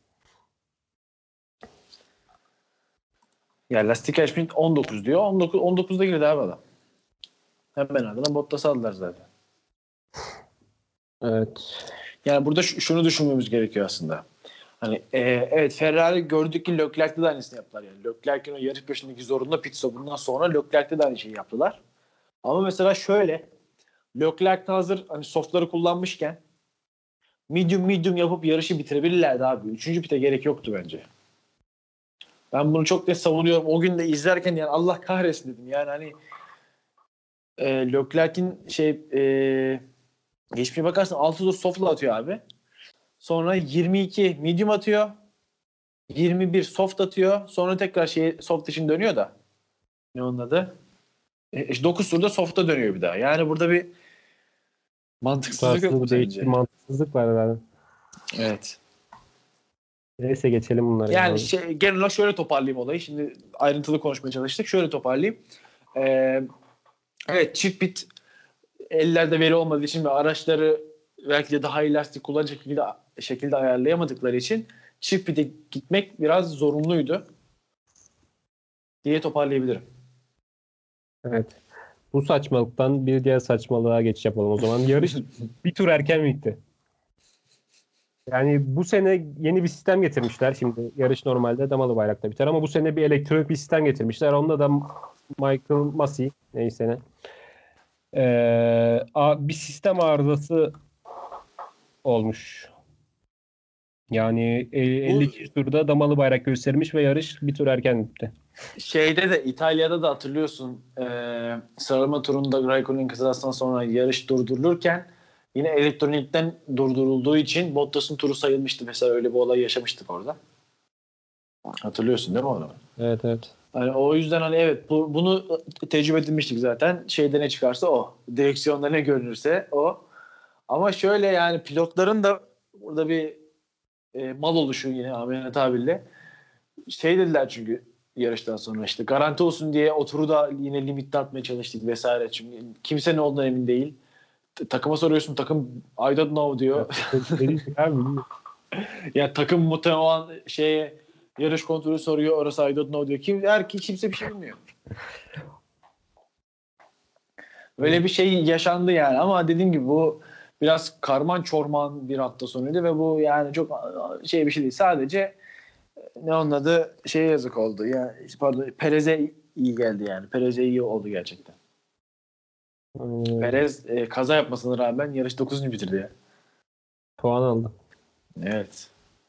Ya lastik geçmiş 19 diyor. 19'da girdi abi adam. Hemen ardından Bottas'ı aldılar zaten. Evet. Yani burada şunu düşünmemiz gerekiyor aslında. Hani evet, Ferrari gördük ki Leclerc'te de aynısını yaptılar yani. Leclerc'in o yarış başındaki zorunlu pit stopundan sonra Leclerc'te de aynı şeyi yaptılar. Ama mesela şöyle, Leclerc'te hazır hani softları kullanmışken medium yapıp yarışı bitirebilirlerdi abi. Üçüncü pite gerek yoktu bence. Ben bunu çok net savunuyorum. O gün de izlerken yani Allah kahretsin dedim. Yani hani Leclerc'in geçmişe bakarsan 6 tur softla atıyor abi. Sonra 22 medium atıyor. 21 soft atıyor. Sonra tekrar soft için dönüyor da. Ne onun adı? 9 turda soft'a dönüyor bir daha. Yani burada bir mantıksızlık yok mu Değişik bir sence? mantıksızlık var herhalde. Evet. Neyse geçelim bunları. Yani genel olarak şöyle toparlayayım olayı. Şimdi ayrıntılı konuşmaya çalıştık. Şöyle toparlayayım. Evet, çift pit ellerde veri olmadığı için ve araçları belki de daha iyi lastik kullanacak şekilde ayarlayamadıkları için çift pit'e gitmek biraz zorunluydu diye toparlayabilirim. Evet. Bu saçmalıktan bir diğer saçmalığa geçiş yapalım o zaman. Yarış bir tur erken bitti. Yani bu sene yeni bir sistem getirmişler. Şimdi yarış normalde damalı bayrakta biter ama bu sene bir elektronik bir sistem getirmişler. Onda da Michael Masi neyse ne. Bir sistem arızası olmuş. Yani 52 turda damalı bayrak göstermiş ve yarış bir tur erken bitti. Şeyde de İtalya'da da hatırlıyorsun, sıralama turunda Raikkonen'in kazasından sonra yarış durdurulurken yine elektronikten durdurulduğu için Bottas'ın turu sayılmıştı. Mesela öyle bir olay yaşamıştık orada. Hatırlıyorsun değil mi onu? Evet. Hani o yüzden hani evet, bunu tecrübe edilmiştik zaten. Şeyde ne çıkarsa o. Direksiyonda ne görünürse o. Ama şöyle yani pilotların da burada bir mal oluşu, yine ameliyat tabirle. Şey dediler çünkü yarıştan sonra, işte garanti olsun diye o turu da yine limitte atmaya çalıştık vesaire. Çünkü kimse ne olduğundan emin değil. Takıma soruyorsun, takım I don't know diyor. Ya takım muhtemelen o an yarış kontrolü soruyor, orası I don't know diyor. Kimse bir şey bilmiyor. Böyle bir şey yaşandı yani, ama dediğim gibi bu biraz karman çorman bir hafta sonuydu ve bu yani çok bir şey değil. Sadece ne onun adı, yazık oldu. Ya pardon, Perez'e iyi geldi yani. Perez'e iyi oldu gerçekten. Perez kaza yapmasına rağmen yarış 9. bitirdi ya. Puan aldı. Evet.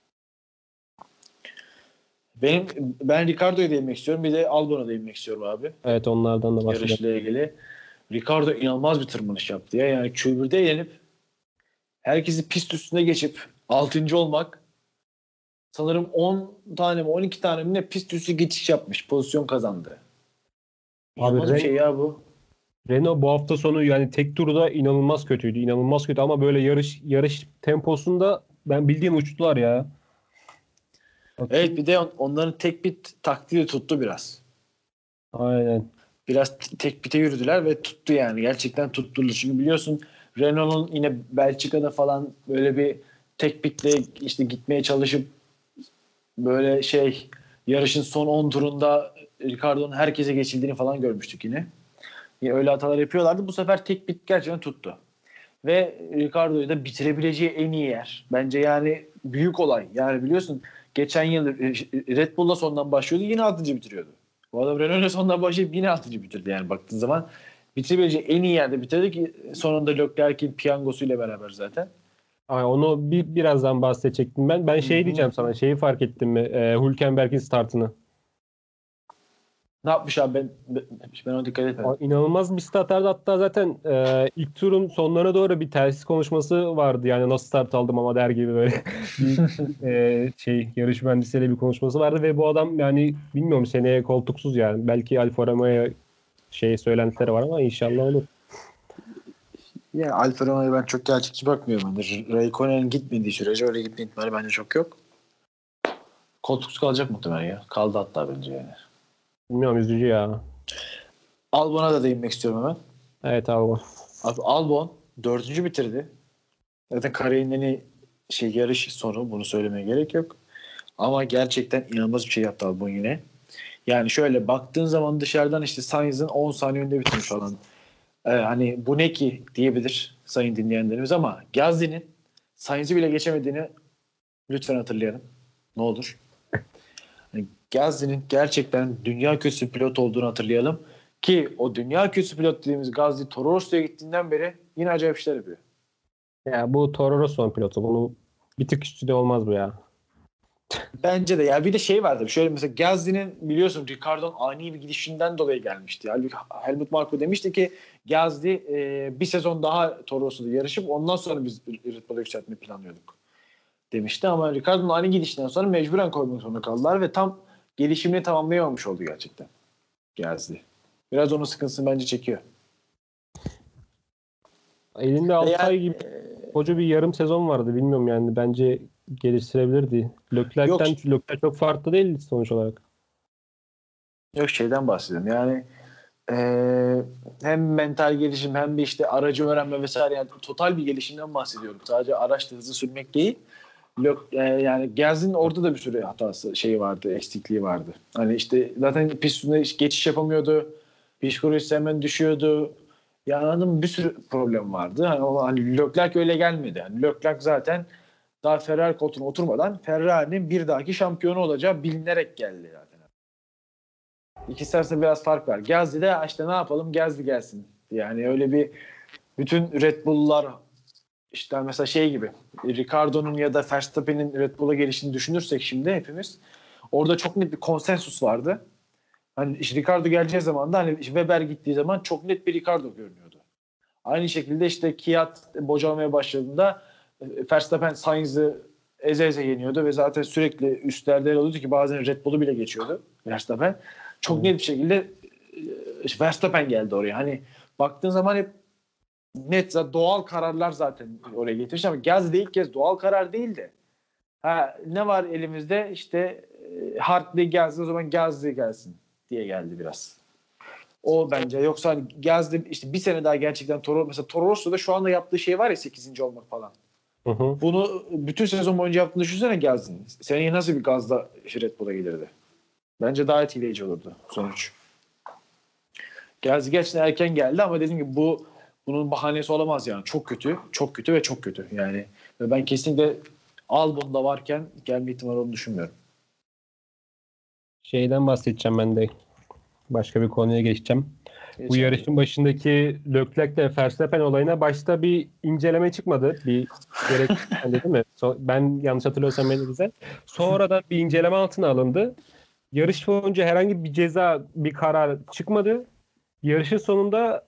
Ben Ricardo'ya değinmek istiyorum. Bir de Albon'a değinmek istiyorum abi. Evet, onlardan da bahsedelim. Yarışla ilgili. Ricardo inanılmaz bir tırmanış yaptı ya. Yani Q1'de yenip herkesi pist üstüne geçip 6. olmak, sanırım 10 tane mi 12 tane mi ne pist üstü geçiş yapmış. Pozisyon kazandı. İnanılmaz bir şey ya bu. Renault bu hafta sonu yani tek turda inanılmaz kötüydü. İnanılmaz kötü ama böyle yarış temposunda ben bildiğin uçtular ya. Evet, bir de onların tek pit taktiği tuttu biraz. Aynen. Biraz tek pite yürüdüler ve tuttu yani. Gerçekten tutturdu. Çünkü biliyorsun Renault'un yine Belçika'da falan böyle bir tek pitle işte gitmeye çalışıp böyle yarışın son 10 turunda Ricardo'nun herkese geçildiğini falan görmüştük yine. Yine öyle hatalar yapıyorlardı. Bu sefer tek pit gerçekten tuttu. Ve Ricardo'yu da bitirebileceği en iyi yer. Bence yani büyük olay. Yani biliyorsun geçen yıl Red Bull'la sondan başlıyordu, yine 6. bitiriyordu. Bu adam Renault'la sondan başlayıp yine 6. bitirdi yani baktığın zaman. Bitirebileceği en iyi yerde bitirdi ki sonunda Leclerc'in piyangosuyla beraber zaten. Ay, onu birazdan bahsedecektim ben. Ben diyeceğim sana. Şeyi fark ettim mi? Hülkenberg'in startını. Ne yapmış abi, ben ona dikkat etmedim. İnanılmaz bir start vardı. Hatta zaten ilk turun sonlarına doğru bir telsiz konuşması vardı. Yani nasıl start aldım ama der gibi böyle yarış mühendisiyle bir konuşması vardı ve bu adam yani bilmiyorum, seneye koltuksuz yani. Belki Alfa Romeo'ya söylentileri var ama inşallah olur. Ya Alfa Romeo'ya ben çok gerçekçi bakmıyorum. Yani Raikkonen'in gitmediği sürece öyle gitme ihtimali bence çok yok. Koltuksuz kalacak muhtemelen ya. Kaldı hatta bence yani. Bilmiyorum, üzücü ya. Albon'a da değinmek istiyorum hemen. Evet Albon. Abi Albon 4. bitirdi. Zaten kariyerinin yarış sonu, bunu söylemeye gerek yok. Ama gerçekten inanılmaz bir şey yaptı Albon yine. Yani şöyle baktığın zaman dışarıdan Sainz'ın 10 saniye önünde bitirmiş falan. Hani bu ne ki diyebilir sayın dinleyenlerimiz, ama Gasly'nin Sainz'i bile geçemediğini lütfen hatırlayalım. Ne olur. Yani Gasly'nin gerçekten dünya kötüsü pilot olduğunu hatırlayalım. Ki o dünya kötüsü pilot dediğimiz Gasly Toro Rosso'ya gittiğinden beri yine acayip işler yapıyor. Ya bu Toro Rosso'nun pilotu. Bunu bir tık üstüne olmaz bu ya. Bence de ya bir de şey vardı. Şöyle mesela Gasly'nin biliyorsun Ricardo'nun ani bir gidişinden dolayı gelmişti. Halbuki Helmut Marko demişti ki Gasly bir sezon daha Toro Rosso'da yarışıp ondan sonra biz Red Bull'a yükseltmeyi planlıyorduk demişti. Ama Ricardo'nun ani gidişinden sonra mecburen koymak zorunda kaldılar ve tam gelişimini tamamlayamamış oldu gerçekten Gasly. Biraz onun sıkıntısını bence çekiyor. Elinde 6 Yani, ay gibi koca bir yarım sezon vardı. Bilmiyorum yani. Bence geliştirebilirdi. Leclerc çok farklı değil sonuç olarak. yok şeyden bahsediyorum. Yani hem mental gelişim hem bir işte aracı öğrenme vesaire yani total bir gelişimden bahsediyorum. Sadece araçta hızlı sürmek değil. Yani Gasly'nin orada da bir sürü hatası şeyi vardı, eksikliği vardı. Hani işte zaten pistonda geçiş yapamıyordu. Psikolojisi hemen düşüyordu. Yani anladın mı? Bir sürü problem vardı. Hani Leclerc öyle gelmedi. Yani Leclerc zaten daha Ferrari koltuğuna oturmadan Ferrari'nin bir dahaki şampiyonu olacağı bilinerek geldi zaten. İkisi arasında biraz fark var. Gasly'de işte ne yapalım Gasly gelsin. Yani öyle bir bütün Red Bull'lar işte mesela şey gibi Ricardo'nun ya da Verstappen'in Red Bull'a gelişini düşünürsek şimdi hepimiz orada çok net bir konsensus vardı. Hani işte Ricardo geleceği zaman da hani Weber gittiği zaman çok net bir Ricardo görünüyordu. Aynı şekilde işte Kvyat bocalamaya başladığında Verstappen Sainz'i eze eze yeniyordu ve zaten sürekli üstlerde yer alıyordu ki bazen Red Bull'u bile geçiyordu Verstappen. Çok net bir şekilde Verstappen geldi oraya. Hani baktığın zaman hep net doğal kararlar zaten oraya getirmiş ama Gasly de ilk kez doğal karar değil de ne var elimizde işte Hartley gelsin o zaman Gasly gelsin diye geldi biraz. O bence. Yoksa hani Gasly işte bir sene daha gerçekten mesela Toro Rosso'da şu anda yaptığı şey var ya 8. olmak falan. Hı hı. Bunu bütün sezon boyunca yaptığını düşünsene Gasly'nin. Seneye nasıl bir gazla Red Bull'a gelirdi? Bence daha etkileyici olurdu sonuç. Gasly gerçekten erken geldi ama dediğim gibi bunun bahanesi olamaz yani. Çok kötü, çok kötü ve çok kötü. Yani ve ben kesinlikle Albon'da varken gelme ihtimali olduğunu düşünmüyorum. Şeyden bahsedeceğim ben de. Başka bir konuya geçeceğim. Bu Geçen yarışın başındaki Leclerc'le Verstappen olayına başta bir inceleme çıkmadı. Bir gerekçeden değil mi? Ben yanlış hatırlıyorsam beni güzel. Sonradan bir inceleme altına alındı. Yarış boyunca herhangi bir ceza, bir karar çıkmadı. Yarışın sonunda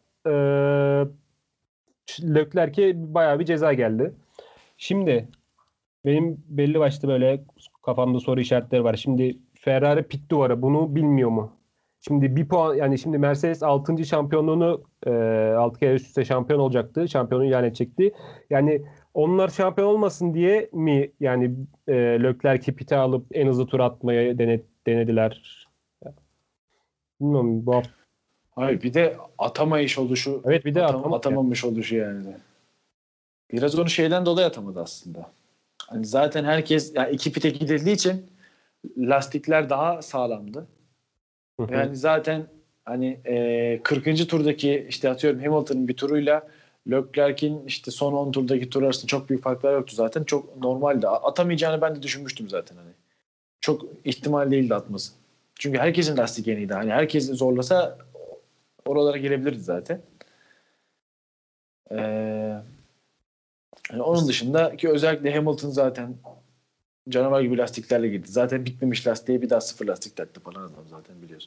Leclerc'e bayağı bir ceza geldi. Şimdi benim belli başlı böyle kafamda soru işaretleri var. Şimdi Ferrari pit duvarı bunu bilmiyor mu? Şimdi bir puan yani şimdi Mercedes 6. şampiyonluğunu 6 kere üst üste şampiyon olacaktı. Şampiyonu ilan edecekti. Yani onlar şampiyon olmasın diye mi yani Leclerc'i pite alıp en hızlı tur atmaya denediler? Bilmiyorum bu hafta. Hayır bir de atamayış oluşu Evet bir de atamamış oluşu yani. Biraz onu şeyden dolayı atamadı aslında. Hani zaten herkes yani iki pite gidildiği için lastikler daha sağlamdı. Yani zaten hani 40. turdaki işte atıyorum Hamilton'ın bir turuyla Leclerc'in işte son 10 turdaki tur arasında çok büyük farklar yoktu zaten. Çok normaldi. Atamayacağını ben de düşünmüştüm zaten hani. Çok ihtimal değildi atması. Çünkü herkesin lastik yeniydi. Hani herkes zorlasa oralara gelebilirdi zaten. Yani onun dışında ki özellikle Hamilton zaten canavar gibi lastiklerle girdi. Zaten bitmemiş lastiğe bir daha sıfır lastik taktı falan adam zaten biliyorsun.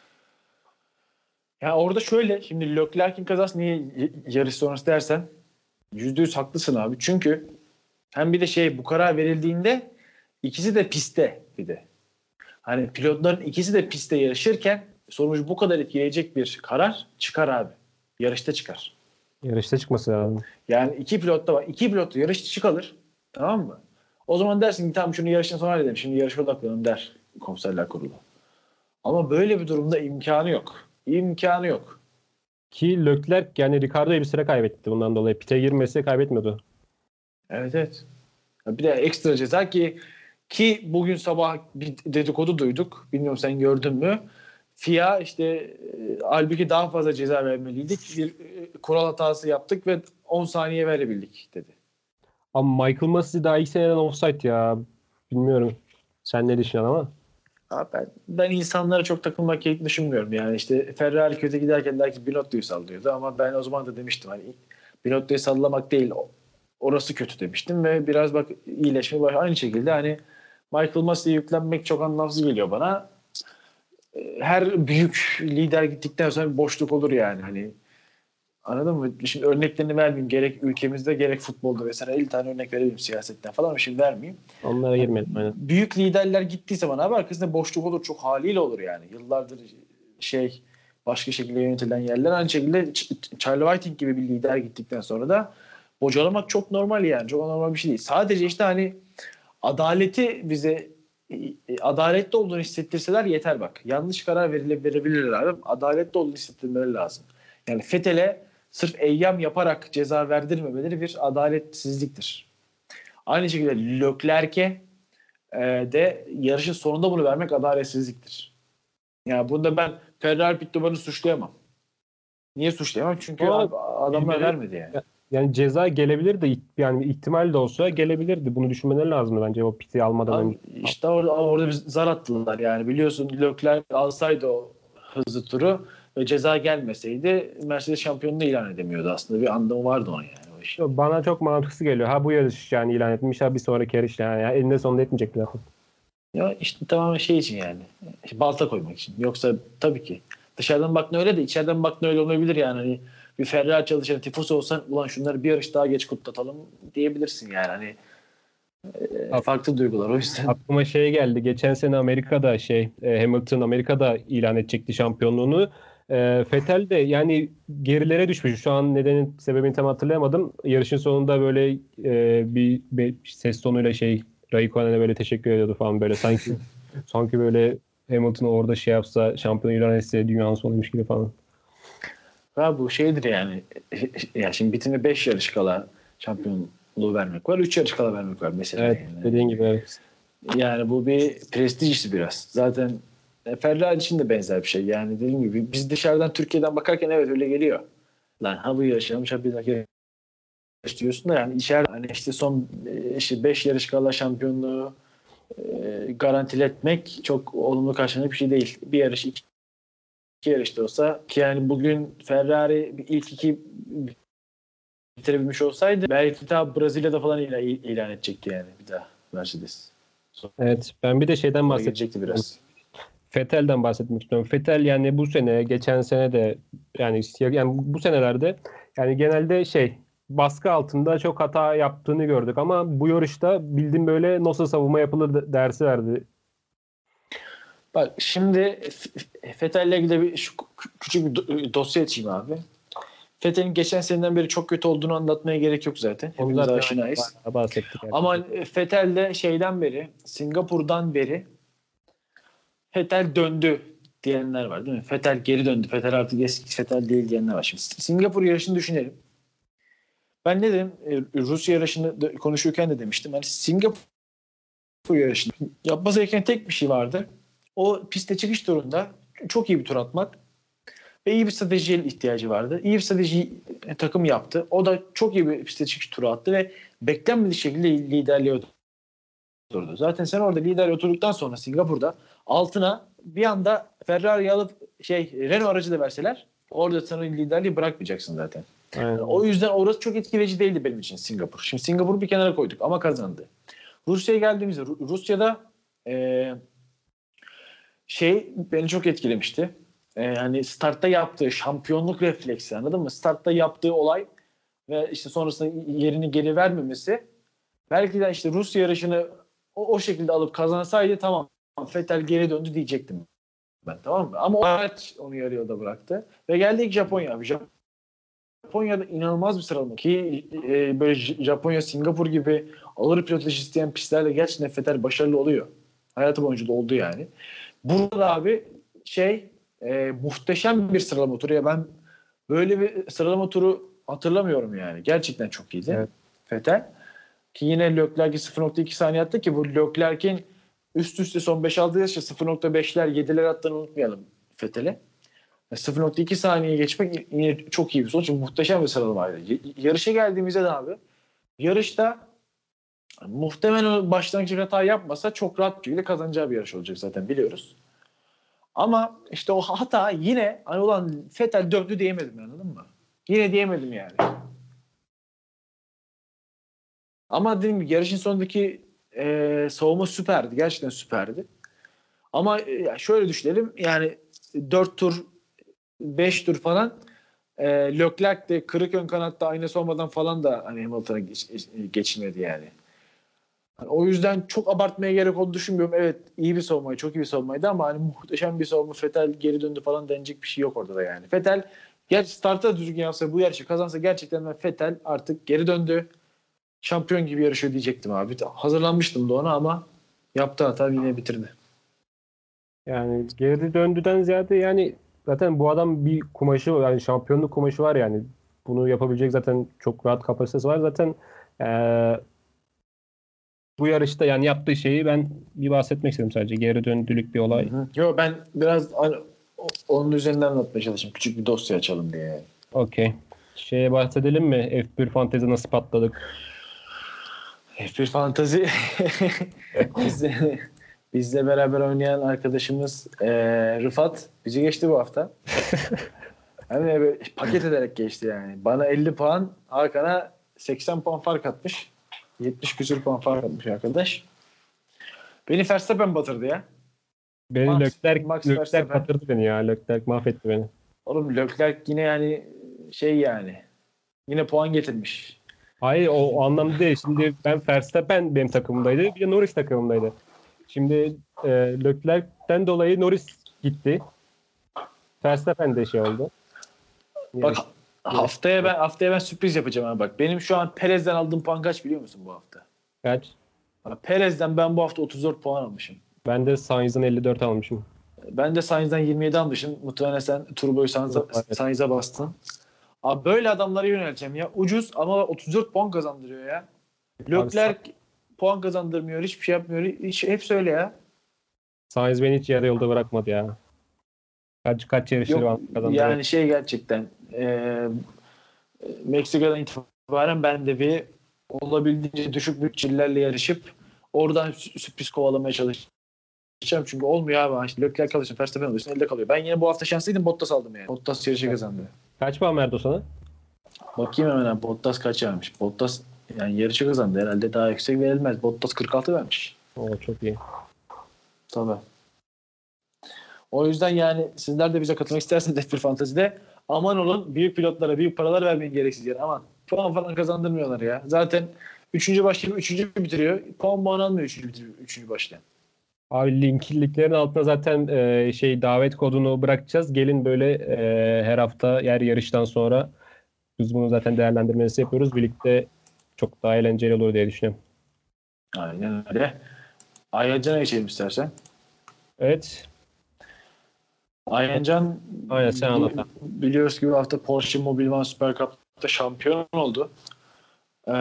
Ya orada şöyle şimdi Leclerc'in kazası niye yarış sonrası dersen %100 haklısın abi. Çünkü hem bir de bu karar verildiğinde ikisi de pistte bir de. Hani pilotların ikisi de pistte yarışırken sonucu bu kadar etkileyecek bir karar çıkar abi. Yarışta çıkar. Yarışta çıkması lazım. Yani iki pilot da var. İki pilot da yarış dışı kalır. Tamam mı? O zaman dersin ki tamam şunu yarışın sonra halledelim. Şimdi yarışa odaklanalım der komiserler kurulu. Ama böyle bir durumda imkanı yok. İmkanı yok. Ki Leclerc yani Ricardo'ya bir süre kaybetti bundan dolayı. Pite girmesi kaybetmiyordu. Evet evet. Bir de ekstra ceza ki bugün sabah bir dedikodu duyduk. Bilmiyorum sen gördün mü? FIA işte halbuki daha fazla ceza vermeliydik. Bir kural hatası yaptık ve 10 saniye verebildik dedi. Ama Michael Massey daha ilk seneden offside ya. Bilmiyorum. Sen ne düşünüyorsun ama? Abi ben insanlara çok takılmak gerektiğini düşünmüyorum. Yani işte Ferrari kötü giderken belki Binotto'yu sallıyordu ama ben o zaman da demiştim hani Binotto'yu sallamak değil orası kötü demiştim ve biraz bak iyileşme var. Aynı şekilde hani Michael Massey'e yüklenmek çok anlamsız geliyor bana. Her büyük lider gittikten sonra bir boşluk olur yani hani anladın mı? Şimdi örneklerini vermeyeyim. Gerek ülkemizde gerek futbolda mesela 50 tane örnek verebilirim siyasetten falan ama şimdi vermeyeyim. Onlara Yani girmedim. Aynen. büyük liderler gittiği zaman abi arkasında boşluk olur. Çok haliyle olur yani. Yıllardır başka şekilde yönetilen yerler aynı şekilde Charlie Whiting gibi bir lider gittikten sonra da bocalamak çok normal yani. Çok normal bir şey değil. Sadece işte hani adaleti bize adaletli olduğunu hissettirseler yeter bak. Yanlış karar verebilirler abi. Adaletli olduğunu hissettirmeleri lazım. Yani Fethel'e sırf eyyam yaparak ceza verdirmemeleri bir adaletsizliktir. Aynı şekilde Leclerc'e de yarışın sonunda bunu vermek adaletsizliktir. Yani bunda ben Ferrari pit stop'unu suçlayamam. Niye suçlayamam? Çünkü Ama adamlar bilmiyorum. vermedi yani. Yani ceza gelebilir de yani ihtimal de olsa gelebilirdi. Bunu düşünmeleri lazımdı bence o piti almadan Abi önce. işte orada bir zar attılar yani. Biliyorsun Leclerc alsaydı o hızlı turu ve ceza gelmeseydi Mercedes şampiyonluğu ilan edemiyordu aslında. Bir anlamı vardı onun yani o iş. Bana çok mantıksız geliyor. Ha bu yarış yani ilan etmiş, ha bir sonraki yarış yani. Ya eninde sonunda etmeyecekler zaten. Ya işte tamamen şey için yani. Balta koymak için. Yoksa tabii ki. Dışarıdan baktığında öyle de içeriden baktığında öyle olmayabilir yani. Hani bir Ferrari çalışan tifosu olsan ulan şunları bir yarış daha geç kutlatalım diyebilirsin yani. Hani farklı duygular o yüzden. Aklıma şey geldi. Geçen sene Amerika'da Hamilton Amerika'da ilan edecekti şampiyonluğunu. Vettel de yani gerilere düşmüş. Şu an nedenin sebebini tam hatırlayamadım. Yarışın sonunda böyle bir ses tonuyla Raikkonen'e böyle teşekkür ediyordu falan böyle sanki böyle Hamilton orada şey yapsa şampiyon ilan etse dünyanın sonuymuş gibi falan. Ha, bu şeydir yani. Ya şimdi bitime 5 yarış kala şampiyonluğu vermek var. 3 yarış kala vermek var mesela Evet, yani. dediğin gibi evet. Yani bu bir prestij işi biraz. Zaten Ferrari için de benzer bir şey. Yani dediğim gibi biz dışarıdan Türkiye'den bakarken evet öyle geliyor. Lan ha bu yaşamış ha bir dakika yarış diyorsun da yani içeride hani işte son işte 5 yarış kala şampiyonluğu garantiletmek çok olumlu karşılanacak bir şey değil. Bir yarış iki yarışta olsa ki yani bugün Ferrari ilk iki bitirebilmiş olsaydı belki daha Brezilya'da falan ilan edecekti yani bir daha Mercedes. Evet, ben bir de şeyden Sonra bahsedeyim. gelecekti biraz. Vettel'den bahsetmek istiyorum. Vettel yani bu sene, geçen sene de yani bu senelerde yani genelde baskı altında çok hata yaptığını gördük ama bu yarışta bildiğim böyle nasıl savunma yapılır dersi verdi. Bak şimdi Fethel'le ilgili küçük bir dosya açayım abi. Fethel'in geçen seneden beri çok kötü olduğunu anlatmaya gerek yok zaten. Onu Hepimiz zaten aşinayız. bayağı bahsettik Ama gerçekten. Fethel de şeyden beri, Singapur'dan beri Fethel döndü diyenler var değil mi? Fethel geri döndü. Fethel artık eski Fethel değil diyenler var. Şimdi Singapur yarışını düşünelim. Ben ne dedim? Rusya yarışını konuşurken de demiştim. Hani Singapur yarışını yapması gereken tek bir şey vardı. O piste çıkış turunda çok iyi bir tur atmak ve iyi bir stratejiye ihtiyacı vardı. İyi bir strateji takım yaptı. O da çok iyi bir piste çıkış turu attı ve beklenmedik şekilde liderliğe oturdu. Zaten sen orada lider oturduktan sonra Singapur'da altına bir anda Ferrari'yi alıp Renault aracı da verseler orada sana liderliği bırakmayacaksın zaten. Yani Aynen. o yüzden orası çok etkileyici değildi benim için Singapur. Şimdi Singapur'u bir kenara koyduk ama kazandı. Rusya'ya geldiğimizde Rusya'da e, beni çok etkilemişti. Hani startta yaptığı şampiyonluk refleksi anladın mı? Startta yaptığı olay ve işte sonrasında yerini geri vermemesi belki de işte Rusya yarışını o şekilde alıp kazansaydı tamam Vettel geri döndü diyecektim ben tamam mı? Ama o araç onu yarı yolda bıraktı ve geldik Japonya. Japonya'da inanılmaz bir sıralama ki böyle Japonya, Singapur gibi ağır pilotaj isteyen pistlerde gerçekten Vettel başarılı oluyor. Hayatı boyunca da oldu yani. Burada da abi muhteşem bir sıralama turu. Ya ben böyle bir sıralama turu hatırlamıyorum yani. Gerçekten çok iyiydi. Evet. Vettel. Ki yine Leclerc'i 0.2 saniye attı ki bu Leclerc'in üst üste son 5-6 yarışta 0.5'ler 7'ler attığını unutmayalım Vettel'e. 0.2 saniye geçmek yine çok iyi bir sonuç. Muhteşem bir sıralamaydı. Yarışa geldiğimizde de abi yarışta Muhtemelen o başlangıç hata yapmasa çok rahat bir şekilde kazanacağı bir yarış olacak zaten biliyoruz. Ama işte o hata yine hani ulan Vettel döndü diyemedim, anladın mı? Yine diyemedim yani. Ama dediğim gibi yarışın sonundaki savunma süperdi. Gerçekten süperdi. Ama şöyle düşünelim yani 4 tur 5 tur falan Leclerc de kırık ön kanatta aynası olmadan falan da hani Hamilton'a geçilmedi yani. Yani o yüzden çok abartmaya gerek olduğunu düşünmüyorum. Evet iyi bir savunmaydı, çok iyi bir savunmaydı ama hani muhteşem bir savunma, Vettel geri döndü falan denecek bir şey yok orada da yani. Vettel gerçi startta düzgün yapsa, bu yarışı kazansa gerçekten ben Vettel artık geri döndü. Şampiyon gibi yarışıyor diyecektim abi. Hazırlanmıştım da ona ama yaptı hata, yine bitirdi. Yani geri döndüden ziyade yani zaten bu adam bir kumaşı yani şampiyonluk kumaşı var yani. Bunu yapabilecek zaten çok rahat kapasitesi var. Zaten bu yarışta yani yaptığı şeyi ben bir bahsetmek istedim sadece. Geri döndülük bir Hı olay. hı. Yo ben biraz hani onun üzerinden anlatmaya çalışayım. Küçük bir dosya açalım diye yani. Okey. Şeye bahsedelim mi? F1 Fantezi nasıl patladık? F1 Fantazi bizle, bizle beraber oynayan arkadaşımız Rıfat bizi geçti bu hafta. Hem de böyle paket ederek geçti yani. Bana 50 puan, Hakan'a 80 puan fark atmış. 70 küsur puan fark atmış arkadaş. Beni Verstappen batırdı ya. Beni Max Leclerc Verstappen. batırdı beni ya. Leclerc mahvetti beni. Oğlum Leclerc yine yani şey yani yine puan getirmiş. Hayır o anlamda değil. Şimdi ben Verstappen benim takımımdaydı. Bir de Norris takımımdaydı. Şimdi Leclerc'ten dolayı Norris gitti. Verstappen de şey oldu. Bak Yarış, yarış haftaya ben sürpriz yapacağım ha bak. Benim şu an Perez'den aldığım puan kaç biliyor musun bu hafta? kaç? Bak, Perez'den ben bu hafta 34 puan almışım. Ben de Sainz'ın 54 almışım. Ben de Sainz'den 27 almışım. Muhtemelen sen turboyu Evet. Sainz'a bastın. Abi böyle adamlara yöneleceğim ya. Ucuz ama 34 puan kazandırıyor ya. Abi Leclerc puan kazandırmıyor. Hiçbir şey yapmıyor. Hep söyle ya. Sainz beni hiç yarı yolda bırakmadı ya. Kaç yarışları Yok bana kazandırıyor. yani şey gerçekten Meksika'dan itibaren ben de bir olabildiğince düşük bütçelerle yarışıp oradan sürpriz kovalamaya çalışacağım. Çünkü olmuyor abi. İşte Leclerc alıyorsun, Verstappen alıyorsun, elde kalıyor. Ben yine bu hafta şanslıydım. Bottas aldım yani. Bottas yarışı kazandı. Kaç puan verdi o sana? Bakayım hemen abi. Bottas kaç vermiş? Bottas yani yarışı kazandı. Herhalde daha yüksek verilmez. Bottas 46 vermiş. Oo, çok iyi. Tabii. O yüzden yani sizler de bize katılmak isterseniz F1 Fantasy'de aman olun, büyük pilotlara büyük paralar vermeyin gereksiz yere. Aman puan falan kazandırmıyorlar ya. Zaten 3. başlayıp 3. bitiriyor. Puan almıyor 3. bitiriyor. 3. başlayan. Abi linklerin altına zaten şey davet kodunu bırakacağız. Gelin böyle her hafta yer yarıştan sonra biz bunu zaten değerlendirmesi yapıyoruz. Birlikte çok daha eğlenceli olur diye düşünüyorum. Aynen öyle. Ayhancan'a geçelim istersen. Evet. Ayhancan Aynen sen anlat abi. biliyoruz ki bu hafta Porsche Mobil One Super Cup'ta şampiyon oldu. Ee,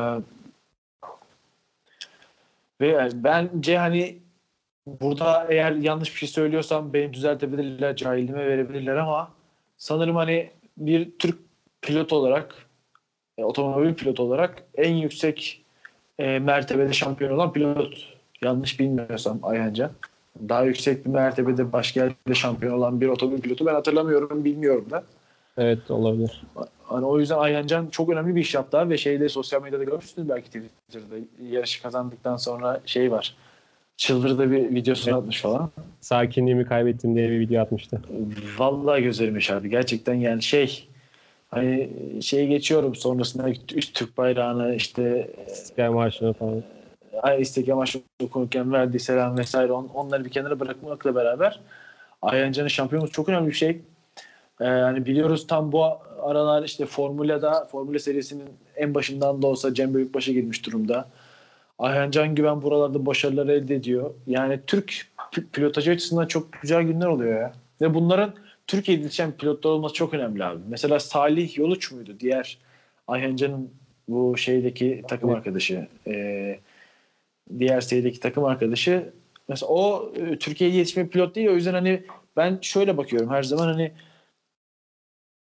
ve bence hani burada eğer yanlış bir şey söylüyorsam beni düzeltebilirler, cahilliğime verebilirler ama sanırım hani bir Türk pilot olarak, otomobil pilotu olarak en yüksek mertebede şampiyon olan pilot. Yanlış bilmiyorsam Ayhancan. Daha yüksek bir mertebede başka yerde şampiyon olan bir otomobil pilotu ben hatırlamıyorum, bilmiyorum da. Evet olabilir. Hani o yüzden Ayhancan çok önemli bir iş yaptı abi ve şeyde sosyal medyada görmüşsünüz belki Twitter'da. Yarışı kazandıktan sonra şey var. Çıldırdı bir videosunu Evet. atmış falan. Sakinliğimi kaybettim diye bir video atmıştı. Vallahi gözlerim yaşardı. Gerçekten yani şey hani şeyi geçiyorum sonrasında üst Türk bayrağını işte İstiklal Marşı'nı falan. İstiklal Marşı okunurken verdiği selam vesaire onları bir kenara bırakmakla beraber Ayhancan'ın şampiyonluğu çok önemli bir şey. Hani biliyoruz tam bu aralar işte Formula serisinin en başından da olsa Cem Büyükbaş'a girmiş durumda. Ayhan Can Güven buralarda başarılar elde ediyor. Yani Türk pilotajı açısından çok güzel günler oluyor ya. Ve bunların Türkiye'de yetişen pilotlar olması çok önemli abi. Mesela Salih Yoluç muydu? Diğer Ayhan Can'ın bu şeydeki takım arkadaşı. Diğer serideki takım arkadaşı. Mesela o Türkiye'ye yetişme pilot değil. O yüzden hani ben şöyle bakıyorum her zaman hani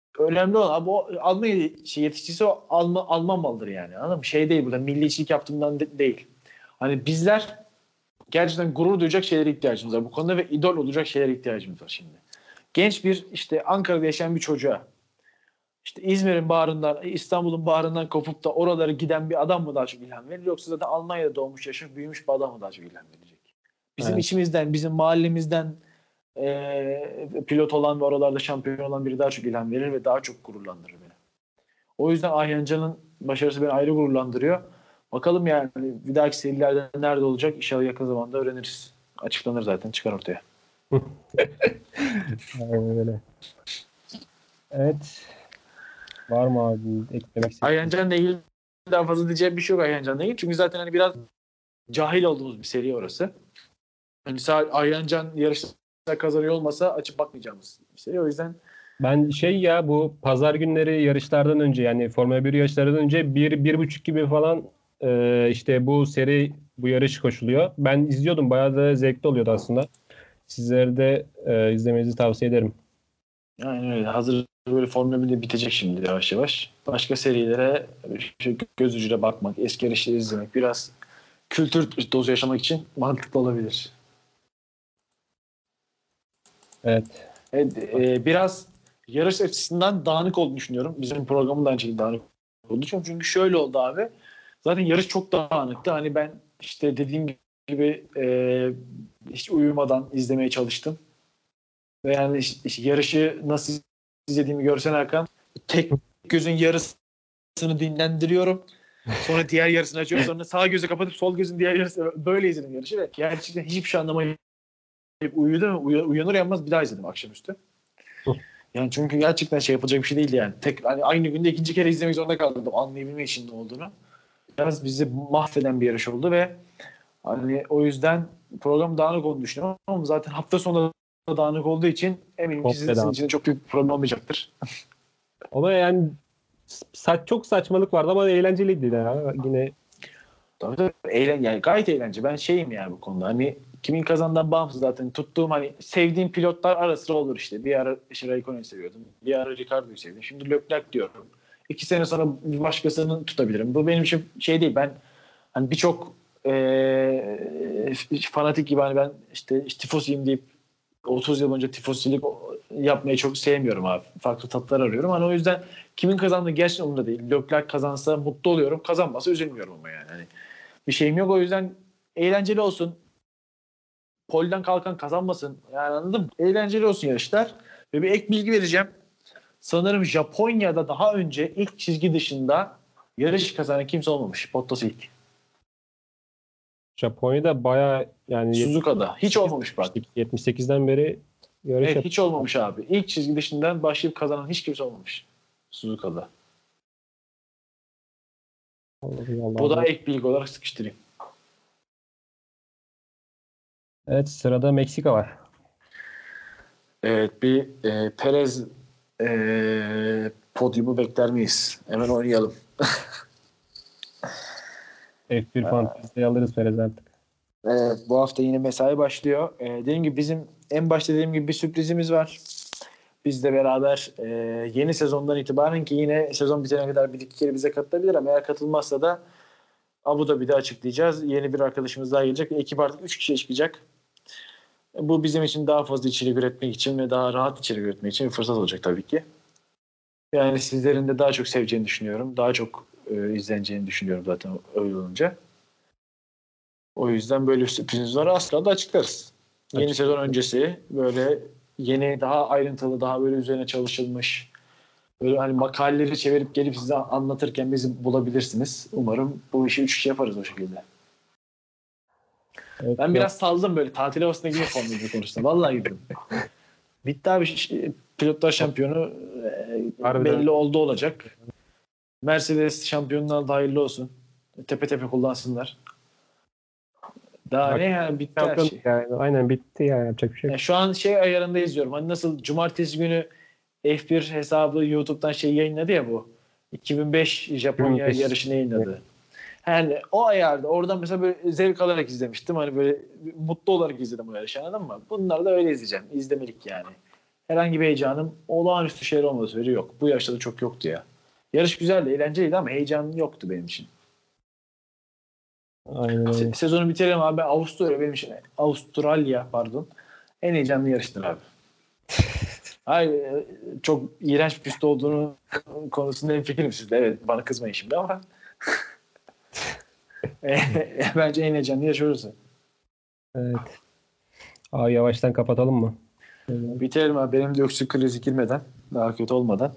önemli olan abi o Almanya yetişçisi o Alman malıdır yani. Anladın mı? Şey değil burada milliyetçilik yaptığımdan değil. Hani bizler gerçekten gurur duyacak şeylere ihtiyacımız var bu konuda ve idol olacak şeylere ihtiyacımız var şimdi. Genç bir işte Ankara'da yaşayan bir çocuğa işte İzmir'in bağrından, İstanbul'un bağrından kopup da oralara giden bir adam mı daha çok ilham verir yoksa zaten Almanya'da doğmuş, yaşamış, büyümüş bir adam mı daha çok ilham verecek? Bizim Evet. içimizden, bizim mahallemizden pilot olan ve oralarda şampiyon olan biri daha çok ilham verir ve daha çok gururlandırır beni. O yüzden Ayhancan'ın başarısı beni ayrı gururlandırıyor. Bakalım yani bir dahaki serilerde nerede olacak? İnşallah yakın zamanda öğreniriz. Açıklanır zaten, çıkar ortaya. Aynen öyle. Evet. Var mı abi eklemek istediğin? Ayhancan'la ilgili daha fazla diyeceğim bir şey yok Ayhancan'la ilgili. Çünkü zaten hani biraz cahil olduğumuz bir seri orası. Hani sadece Ayhancan yarışta kazanıyor olmasa açıp bakmayacağımız bir seri. O yüzden Ben bu pazar günleri yarışlardan önce yani Formula 1 yarışlardan önce 1-1,5 gibi falan işte bu yarış koşuluyor. Ben izliyordum. Bayağı da zevkli oluyordu aslında. Sizlere de izlemenizi tavsiye ederim. yani öyle. Hazır böyle Formula 1 de bitecek şimdi yavaş yavaş. Başka serilere göz ucuyla bakmak, eski yarışları izlemek, biraz kültür dozu yaşamak için mantıklı olabilir. Evet. Evet, biraz yarış açısından dağınık olduğunu düşünüyorum. Bizim programın da aynı şekilde dağınık olduğunu düşünüyorum. Çünkü şöyle oldu abi. Zaten yarış çok dağınıktı. Hani ben işte dediğim gibi hiç uyumadan izlemeye çalıştım. Ve yani işte yarışı nasıl izlediğimi görsen Hakan, tek gözün yarısını dinlendiriyorum. Sonra diğer yarısını açıyorum. Sonra sağ gözü kapatıp sol gözün diğer yarısı böyle izledim yarışı ve gerçekten hiçbir şey anlamayıp uyudum. Uyanır uyanmaz bir daha izledim akşamüstü. Yani çünkü gerçekten şey yapılacak bir şey değildi yani. Hani aynı günde ikinci kere izlemek zorunda kaldım anlayabilmek için ne olduğunu. Biraz bizi mahveden bir yarış oldu ve hani o yüzden program dağınık olduğunu düşünüyorum ama zaten hafta sonu da dağınık olduğu için eminim ki Komple sizin için de çok büyük bir problem olmayacaktır. Ama yani çok saçmalık vardı ama eğlenceliydi ya. Yine Tabii tabii yani gayet eğlence. Ben şeyim yani bu konuda. Hani kimin kazandığından bağımsız zaten tuttuğum hani sevdiğim pilotlar ara sıra olur işte. Bir ara işte Raikkonen'i seviyordum. Bir ara Ricciardo'yu sevdim. Şimdi Leclerc diyorum. 2 sene sonra bir başkasını tutabilirim. Bu benim için şey değil. Ben hani birçok fanatik gibi hani ben işte tifosuyum deyip 30 yıl boyunca tifosilik yapmayı çok sevmiyorum abi. Farklı tatlar arıyorum. Hani o yüzden kimin kazandığı gerçekten umurumda değil. Leclerc kazansa mutlu oluyorum. Kazanmasa üzülmüyorum ama yani. Hani bir şeyim yok. O yüzden eğlenceli olsun. Polden kalkan kazanmasın. Yani anladın mı? Eğlenceli olsun yarışlar. Ve bir ek bilgi vereceğim. Sanırım Japonya'da daha önce ilk çizgi dışında yarış kazanan kimse olmamış. Bottas ilk. Japonya'da bayağı yani Suzuka'da. Hiç olmamış bak. 78'den beri yarış Evet hiç olmamış abi. İlk çizgi dışından başlayıp kazanan hiç kimse olmamış. Suzuka'da. Bu da ek bilgi olarak sıkıştırayım. Evet, sırada Meksika var. Evet bir Perez podyumu bekler miyiz? Hemen oynayalım. F1 Fantasy'yi alırız Perez artık. Evet, bu hafta yine mesai başlıyor. Dediğim gibi bizim en başta dediğim gibi bir sürprizimiz var. Biz de beraber yeni sezondan itibaren ki yine sezon bitene kadar bir iki kere bize katılabilir ama eğer katılmazsa da Abu Dhabi'de açıklayacağız. Yeni bir arkadaşımız daha gelecek. Ekip artık 3 kişiye çıkacak. Bu bizim için daha fazla içerik üretmek için ve daha rahat içerik üretmek için bir fırsat olacak tabii ki. Yani sizlerin de daha çok seveceğini düşünüyorum. Daha çok izleneceğini düşünüyorum zaten öyle olunca. O yüzden böyle bir sürprizimiz var. Asla da açıklarız. Yeni sezon öncesi böyle yeni daha ayrıntılı daha böyle üzerine çalışılmış böyle hani makaleleri çevirip gelip size anlatırken bizi bulabilirsiniz. Umarım bu işi 3 kişi yaparız o şekilde. Evet, Ben biraz saldım böyle tatil havasına gibi Formula 1 konusunda. Vallahi girdim. Bitti abi pilotlar şampiyonu belli oldu olacak. Mercedes şampiyonluğa da hayırlı olsun. Tepe tepe kullansınlar. Daha ne yani bitti her şey. Yani, aynen bitti ya yapacak bir şey yok. Yani şu an şey ayarında izliyorum. Hani nasıl cumartesi günü F1 hesabı YouTube'dan şey yayınladı ya bu. 2005 Japonya 2005. yarışını yayınladı. Yani o ayarda oradan mesela böyle zevk alarak izlemiştim. Hani böyle mutlu olarak izledim o yarışı anladın mı? Bunları da öyle izleyeceğim. İzlemelik yani. herhangi bir heyecanım olağanüstü şeyler olmadığı sürece yok. Bu yaşta da çok yoktu ya. Yarış güzeldi, eğlenceliydi ama heyecan yoktu benim için. Aynen öyle. Sezonu bitirelim abi. Benim için Avustralya pardon. En heyecanlı yarıştır abi. Hayır, çok iğrenç bir pist olduğunu konusunda hemfikirim sizle. Evet, bana kızmayın şimdi ama bence en heyecanlı yarış orası. Evet. Abi yavaştan kapatalım mı? Bitirelim abi. Benim de öksürük krizi girmeden, daha kötü olmadan.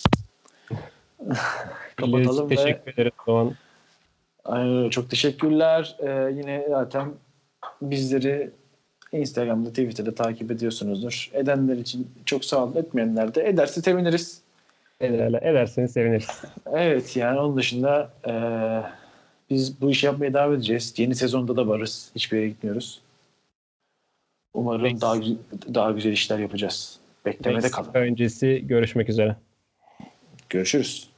Kapatalım teşekkür ederiz o zaman. Aynen, çok teşekkürler. Yine zaten bizleri Instagram'da, Twitter'da takip ediyorsunuzdur. Edenler için çok sağ olun. Etmeyenler de ederse seviniriz. Ederseniz seviniriz. Evet, yani onun dışında biz bu işi yapmaya devam edeceğiz. Yeni sezonda da varız. Hiçbir yere gitmiyoruz. Umarım daha güzel işler yapacağız. Beklemede kalın. Öncesi görüşmek üzere. Görüşürüz.